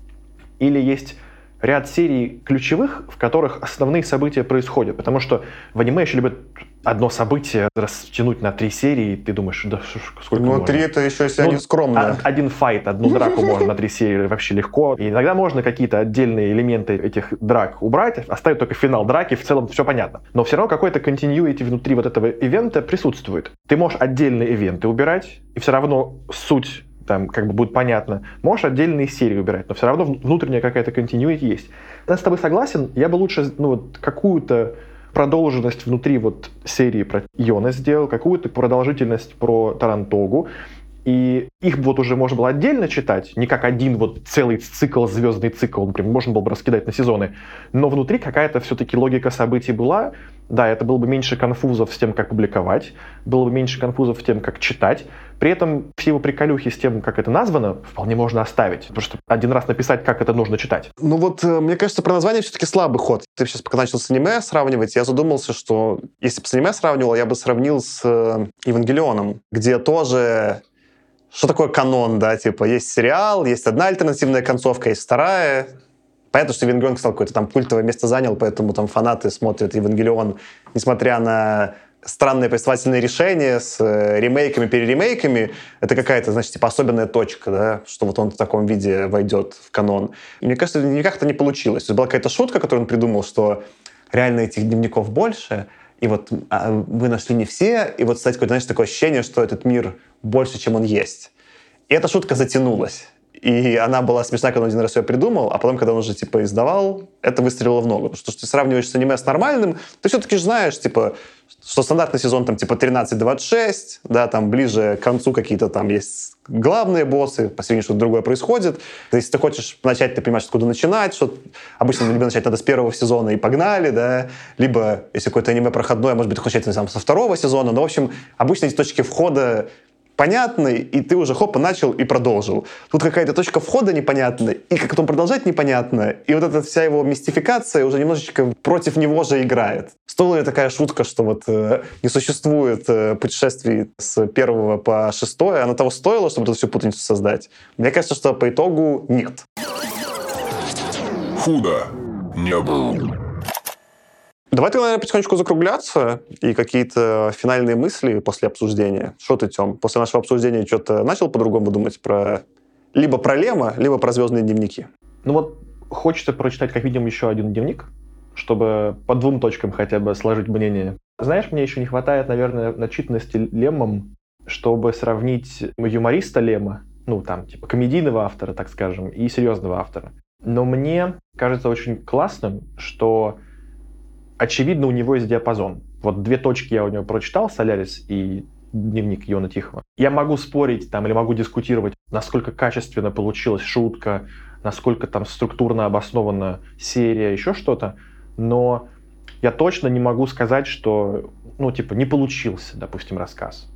Или есть ряд серий ключевых, в которых основные события происходят. Потому что в аниме еще любят одно событие растянуть на три серии, и ты думаешь, да сколько ну, можно? Ну, три это еще если ну, они скромные. Один файт, одну драку можно на три серии вообще легко. И иногда можно какие-то отдельные элементы этих драк убрать, оставить только финал драки, в целом все понятно. Но все равно какой-то continuity внутри вот этого ивента присутствует. Ты можешь отдельные ивенты убирать, и все равно суть там как бы будет понятно. Можешь отдельные серии убирать, но все равно внутренняя какая-то continuity есть. Я с тобой согласен, я бы лучше ну, вот, какую-то продолженность внутри вот серии про Йона сделал, какую-то продолжительность про Тарантогу. И их вот уже можно было отдельно читать, не как один вот целый цикл, звездный цикл, он прям можно было бы раскидать на сезоны. Но внутри какая-то все-таки логика событий была. Да, это было бы меньше конфузов с тем, как публиковать, было бы меньше конфузов с тем, как читать. При этом все его приколюхи с тем, как это названо, вполне можно оставить. Потому что один раз написать, как это нужно читать. Ну вот, мне кажется, про название все-таки слабый ход. Ты сейчас пока начал с аниме сравнивать, я задумался, что если бы с аниме сравнивал, я бы сравнил с Евангелионом, где тоже... Что такое канон, да? Типа, есть сериал, есть одна альтернативная концовка, есть вторая. Понятно, что Евангелион, стал какое-то там культовое место занял, поэтому там фанаты смотрят Евангелион, несмотря на странные повествовательные решения с ремейками, переремейками. Это какая-то, значит, типа особенная точка, да? Что вот он в таком виде войдет в канон. И мне кажется, никак это не получилось. То есть была какая-то шутка, которую он придумал, что реально этих дневников больше, и вот а, вы нашли не все, и вот, кстати, знаешь, такое ощущение, что этот мир больше, чем он есть. И эта шутка затянулась. И она была смешна, когда он один раз ее придумал, а потом, когда он уже, типа, издавал, это выстрелило в ногу. Потому что, что ты сравниваешь с аниме с нормальным, ты все-таки же знаешь, типа, что стандартный сезон, там, типа, тринадцать двадцать шесть, да, там, ближе к концу какие-то там есть главные боссы, посередине что-то другое происходит. Если ты хочешь начать, ты понимаешь, откуда начинать, что обычно либо начать надо с первого сезона и погнали, да, либо, если какое-то аниме проходное, может быть, ты хочешь начать со второго сезона, но, в общем, обычно эти точки входа понятный, и ты уже хоп, начал и продолжил. Тут какая-то точка входа непонятная, и как потом продолжать непонятно, и вот эта вся его мистификация уже немножечко против него же играет. Стоила ли такая шутка, что вот э, не существует э, путешествий с первого по шестое, она того стоила, чтобы эту всю путаницу создать? Мне кажется, что по итогу нет. Худо не было. Давай тогда, наверное, потихонечку закругляться и какие-то финальные мысли после обсуждения. Что ты, Тём, после нашего обсуждения что-то начал по-другому думать про... либо про Лема, либо про «Звездные дневники»? Ну вот хочется прочитать как минимум еще один дневник, чтобы по двум точкам хотя бы сложить мнение. Знаешь, мне еще не хватает, наверное, начитанности Лемом, чтобы сравнить юмориста Лема, ну там типа комедийного автора, так скажем, и серьезного автора. Но мне кажется очень классным, что очевидно, у него есть диапазон. Вот две точки я у него прочитал, «Солярис» и дневник Йона Тихого. Я могу спорить там или могу дискутировать, насколько качественно получилась шутка, насколько там структурно обоснована серия, еще что-то, но я точно не могу сказать, что, ну, типа, не получился, допустим, рассказ.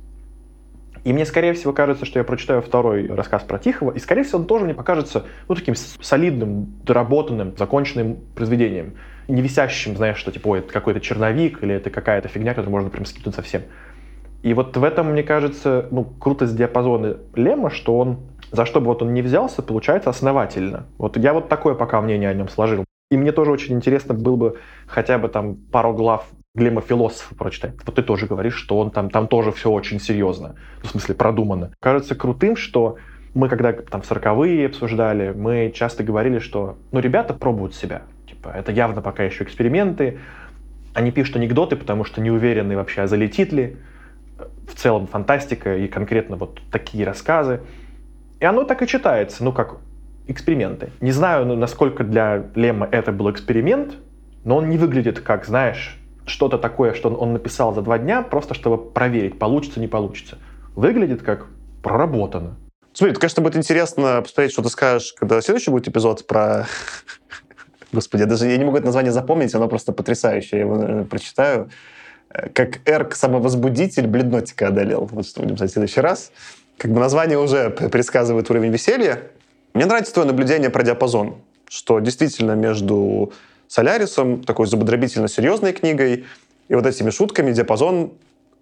И мне, скорее всего, кажется, что я прочитаю второй рассказ про Тихого, и, скорее всего, он тоже мне покажется, ну, таким солидным, доработанным, законченным произведением. Не висящим, знаешь, что, типа, ой, это какой-то черновик, или это какая-то фигня, которую можно прям скипнуть совсем. И вот в этом, мне кажется, ну, крутость диапазона Лема, что он, за что бы вот он ни взялся, получается основательно. Вот я вот такое пока мнение о нем сложил. И мне тоже очень интересно было бы хотя бы там пару глав Глема Философа прочитать. Вот ты тоже говоришь, что он там, там тоже все очень серьезно, в смысле продумано. Кажется крутым, что мы когда там в сороковые обсуждали, мы часто говорили, что ну, ребята пробуют себя. Типа, это явно пока еще эксперименты. Они пишут анекдоты, потому что не уверены вообще, а залетит ли. В целом фантастика и конкретно вот такие рассказы. И оно так и читается, ну как эксперименты. Не знаю, ну, насколько для Лема это был эксперимент, но он не выглядит как, знаешь, что-то такое, что он, он написал за два дня, просто чтобы проверить, получится, не получится. Выглядит как проработано. Смотри, это, конечно, будет интересно посмотреть, что ты скажешь, когда следующий будет эпизод про... Господи, я даже я не могу это название запомнить, оно просто потрясающее, я его, наверное, прочитаю. Как Эрк самовозбудитель бледнотика одолел. Вот что будем сказать в следующий раз. Как бы название уже предсказывает уровень веселья. Мне нравится твое наблюдение про диапазон, что действительно между «Солярисом», такой зубодробительно серьезной книгой, и вот этими шутками диапазон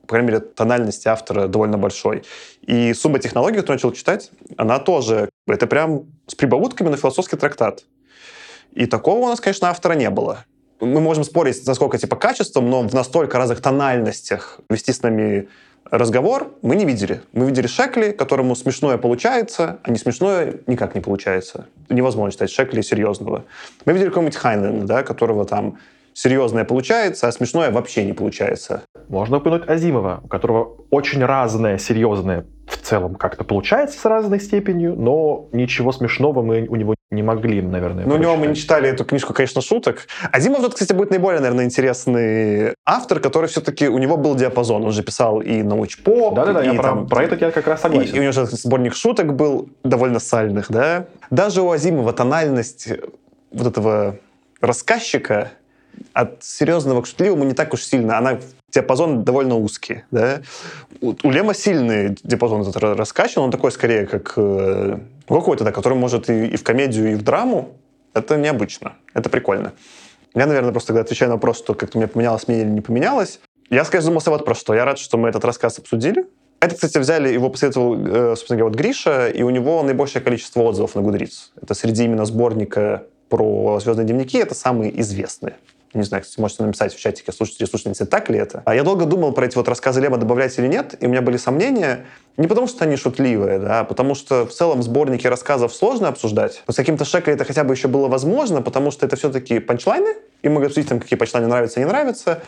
по крайней мере, тональность автора довольно большой. И сумма технологий, которую я начал читать, она тоже, это прям с прибаутками на философский трактат. И такого у нас, конечно, автора не было. Мы можем спорить, насколько типа качеством, но в настолько разных тональностях вести с нами разговор мы не видели. Мы видели Шекли, которому смешное получается, а не смешное никак не получается. Невозможно считать Шекли серьезного. Мы видели какого-нибудь Хайнлена, да, которого там серьезное получается, а смешное вообще не получается. Можно упомянуть Азимова, у которого очень разное, серьезное в целом как-то получается с разной степенью, но ничего смешного мы у него не могли, наверное, Ну, у него мы не читали эту книжку, конечно, шуток. Азимов, тут, кстати, будет наиболее, наверное, интересный автор, который все-таки, у него был диапазон. Он же писал и научпоп. Да-да-да, я там, про, про это я как раз согласен. И, и у него же сборник шуток был довольно сальных, да. Даже у Азимова тональность вот этого рассказчика от серьезного к шутливому не так уж сильно. Она диапазон довольно узкий, да. У, у Лема сильный диапазон этот раскачан, он такой скорее как э, какой-то, да, который может и, и в комедию, и в драму. Это необычно, это прикольно. Я, наверное, просто когда отвечаю на вопрос, что как-то у меня поменялось мнение или не поменялось, я, скорее, задумался вот про что. Я рад, что мы этот рассказ обсудили. Это, кстати, взяли, его посоветовал, э, собственно говоря, вот Гриша, и у него наибольшее количество отзывов на Goodreads. Это среди именно сборника про «Звездные дневники» это самые известные. Не знаю, можете написать в чатике, слушатели, слушательницы, так ли это. А я долго думал про эти вот рассказы Лема добавлять или нет, и у меня были сомнения. Не потому, что они шутливые, да, а потому что в целом сборники рассказов сложно обсуждать. Но с каким-то Шекли это хотя бы еще было возможно, потому что это все-таки панчлайны, и мы можем обсудить, там, какие панчлайны нравятся и не нравятся.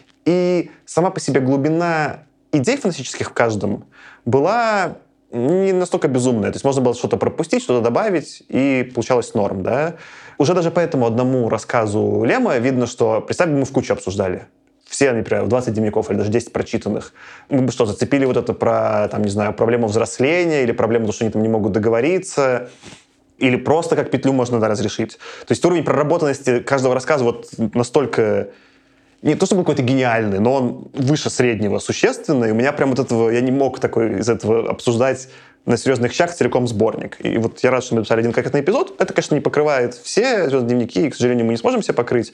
И сама по себе глубина идей фантастических в каждом была не настолько безумная. То есть можно было что-то пропустить, что-то добавить, и получалось норм, да. Уже даже по этому одному рассказу Лема видно, что, представь, мы в кучу обсуждали. Все, например, двадцать дневников или даже десять прочитанных. Мы бы что, зацепили вот это про, там, не знаю, проблему взросления или проблему того, что они там не могут договориться, или просто как петлю можно, да, разрешить. То есть уровень проработанности каждого рассказа вот настолько... Не то, чтобы он какой-то гениальный, но он выше среднего существенно, и у меня прям вот этого... Я не мог такой из этого обсуждать на серьезных щах целиком сборник. И вот я рад, что мы написали один конкретный эпизод. Это, конечно, не покрывает все «Звездные дневники», и, к сожалению, мы не сможем все покрыть,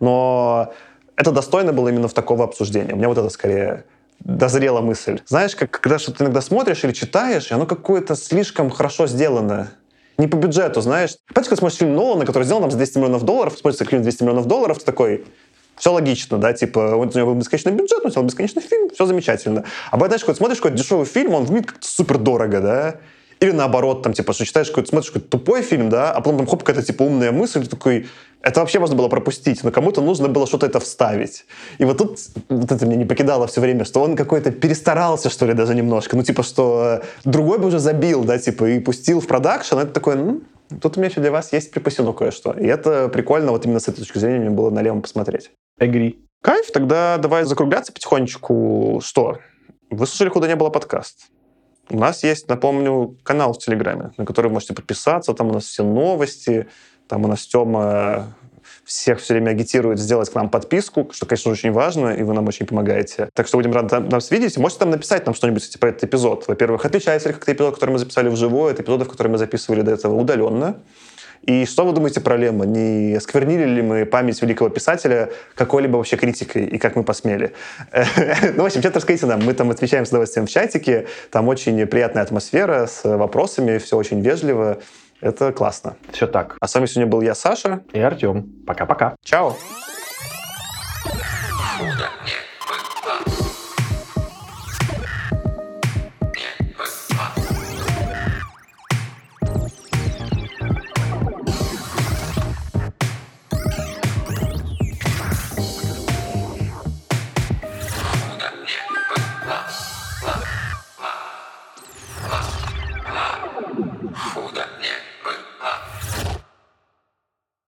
но это достойно было именно в такого обсуждения. У меня вот это скорее дозрела мысль. Знаешь, как когда что-то иногда смотришь или читаешь, и оно какое-то слишком хорошо сделано. Не по бюджету, знаешь. Помните, когда смотришь фильм Нолана, который сделан там за двести миллионов долларов, смотрится фильм двести миллионов долларов, ты такой... Все логично, да, типа, у него был бесконечный бюджет, он сделал бесконечный фильм, все замечательно. А бывает, знаешь, когда смотришь какой-то дешевый фильм, он выглядит как-то супер дорого, да, или наоборот, там, типа, что читаешь какой-то, смотришь какой-то тупой фильм, да, а потом там, хоп, какая-то, типа, умная мысль, ты такой, это вообще можно было пропустить, но кому-то нужно было что-то это вставить. И вот тут, вот это меня не покидало все время, что он какой-то перестарался, что ли, даже немножко, ну, типа, что другой бы уже забил, да, типа, и пустил в продакшн, это такое, ну, тут у меня еще для вас есть припасено кое-что. И это прикольно, вот именно с этой точки зрения мне было на Левом посмотреть. Agree. Кайф, тогда давай закругляться потихонечку. Что? Вы слушали «Худо не было» подкаст. У нас есть, напомню, канал в Телеграме, на который вы можете подписаться. Там у нас все новости. Там у нас Тёма всех все время агитирует сделать к нам подписку, что, конечно, очень важно, и вы нам очень помогаете. Так что будем рады нас видеть. Можете там написать нам что-нибудь, кстати, про этот эпизод. Во-первых, отличается ли как-то эпизод, который мы записали вживую, от эпизодов, которые мы записывали до этого удаленно. И что вы думаете про Лема? Не осквернили ли мы память великого писателя какой-либо вообще критикой, и как мы посмели? Ну, в общем, чат расскажите нам. Мы там отвечаем с удовольствием в чатике. Там очень приятная атмосфера с вопросами, все очень вежливо. Это классно. Все так. А с вами сегодня был я, Саша. И Артем. Пока-пока. Чао.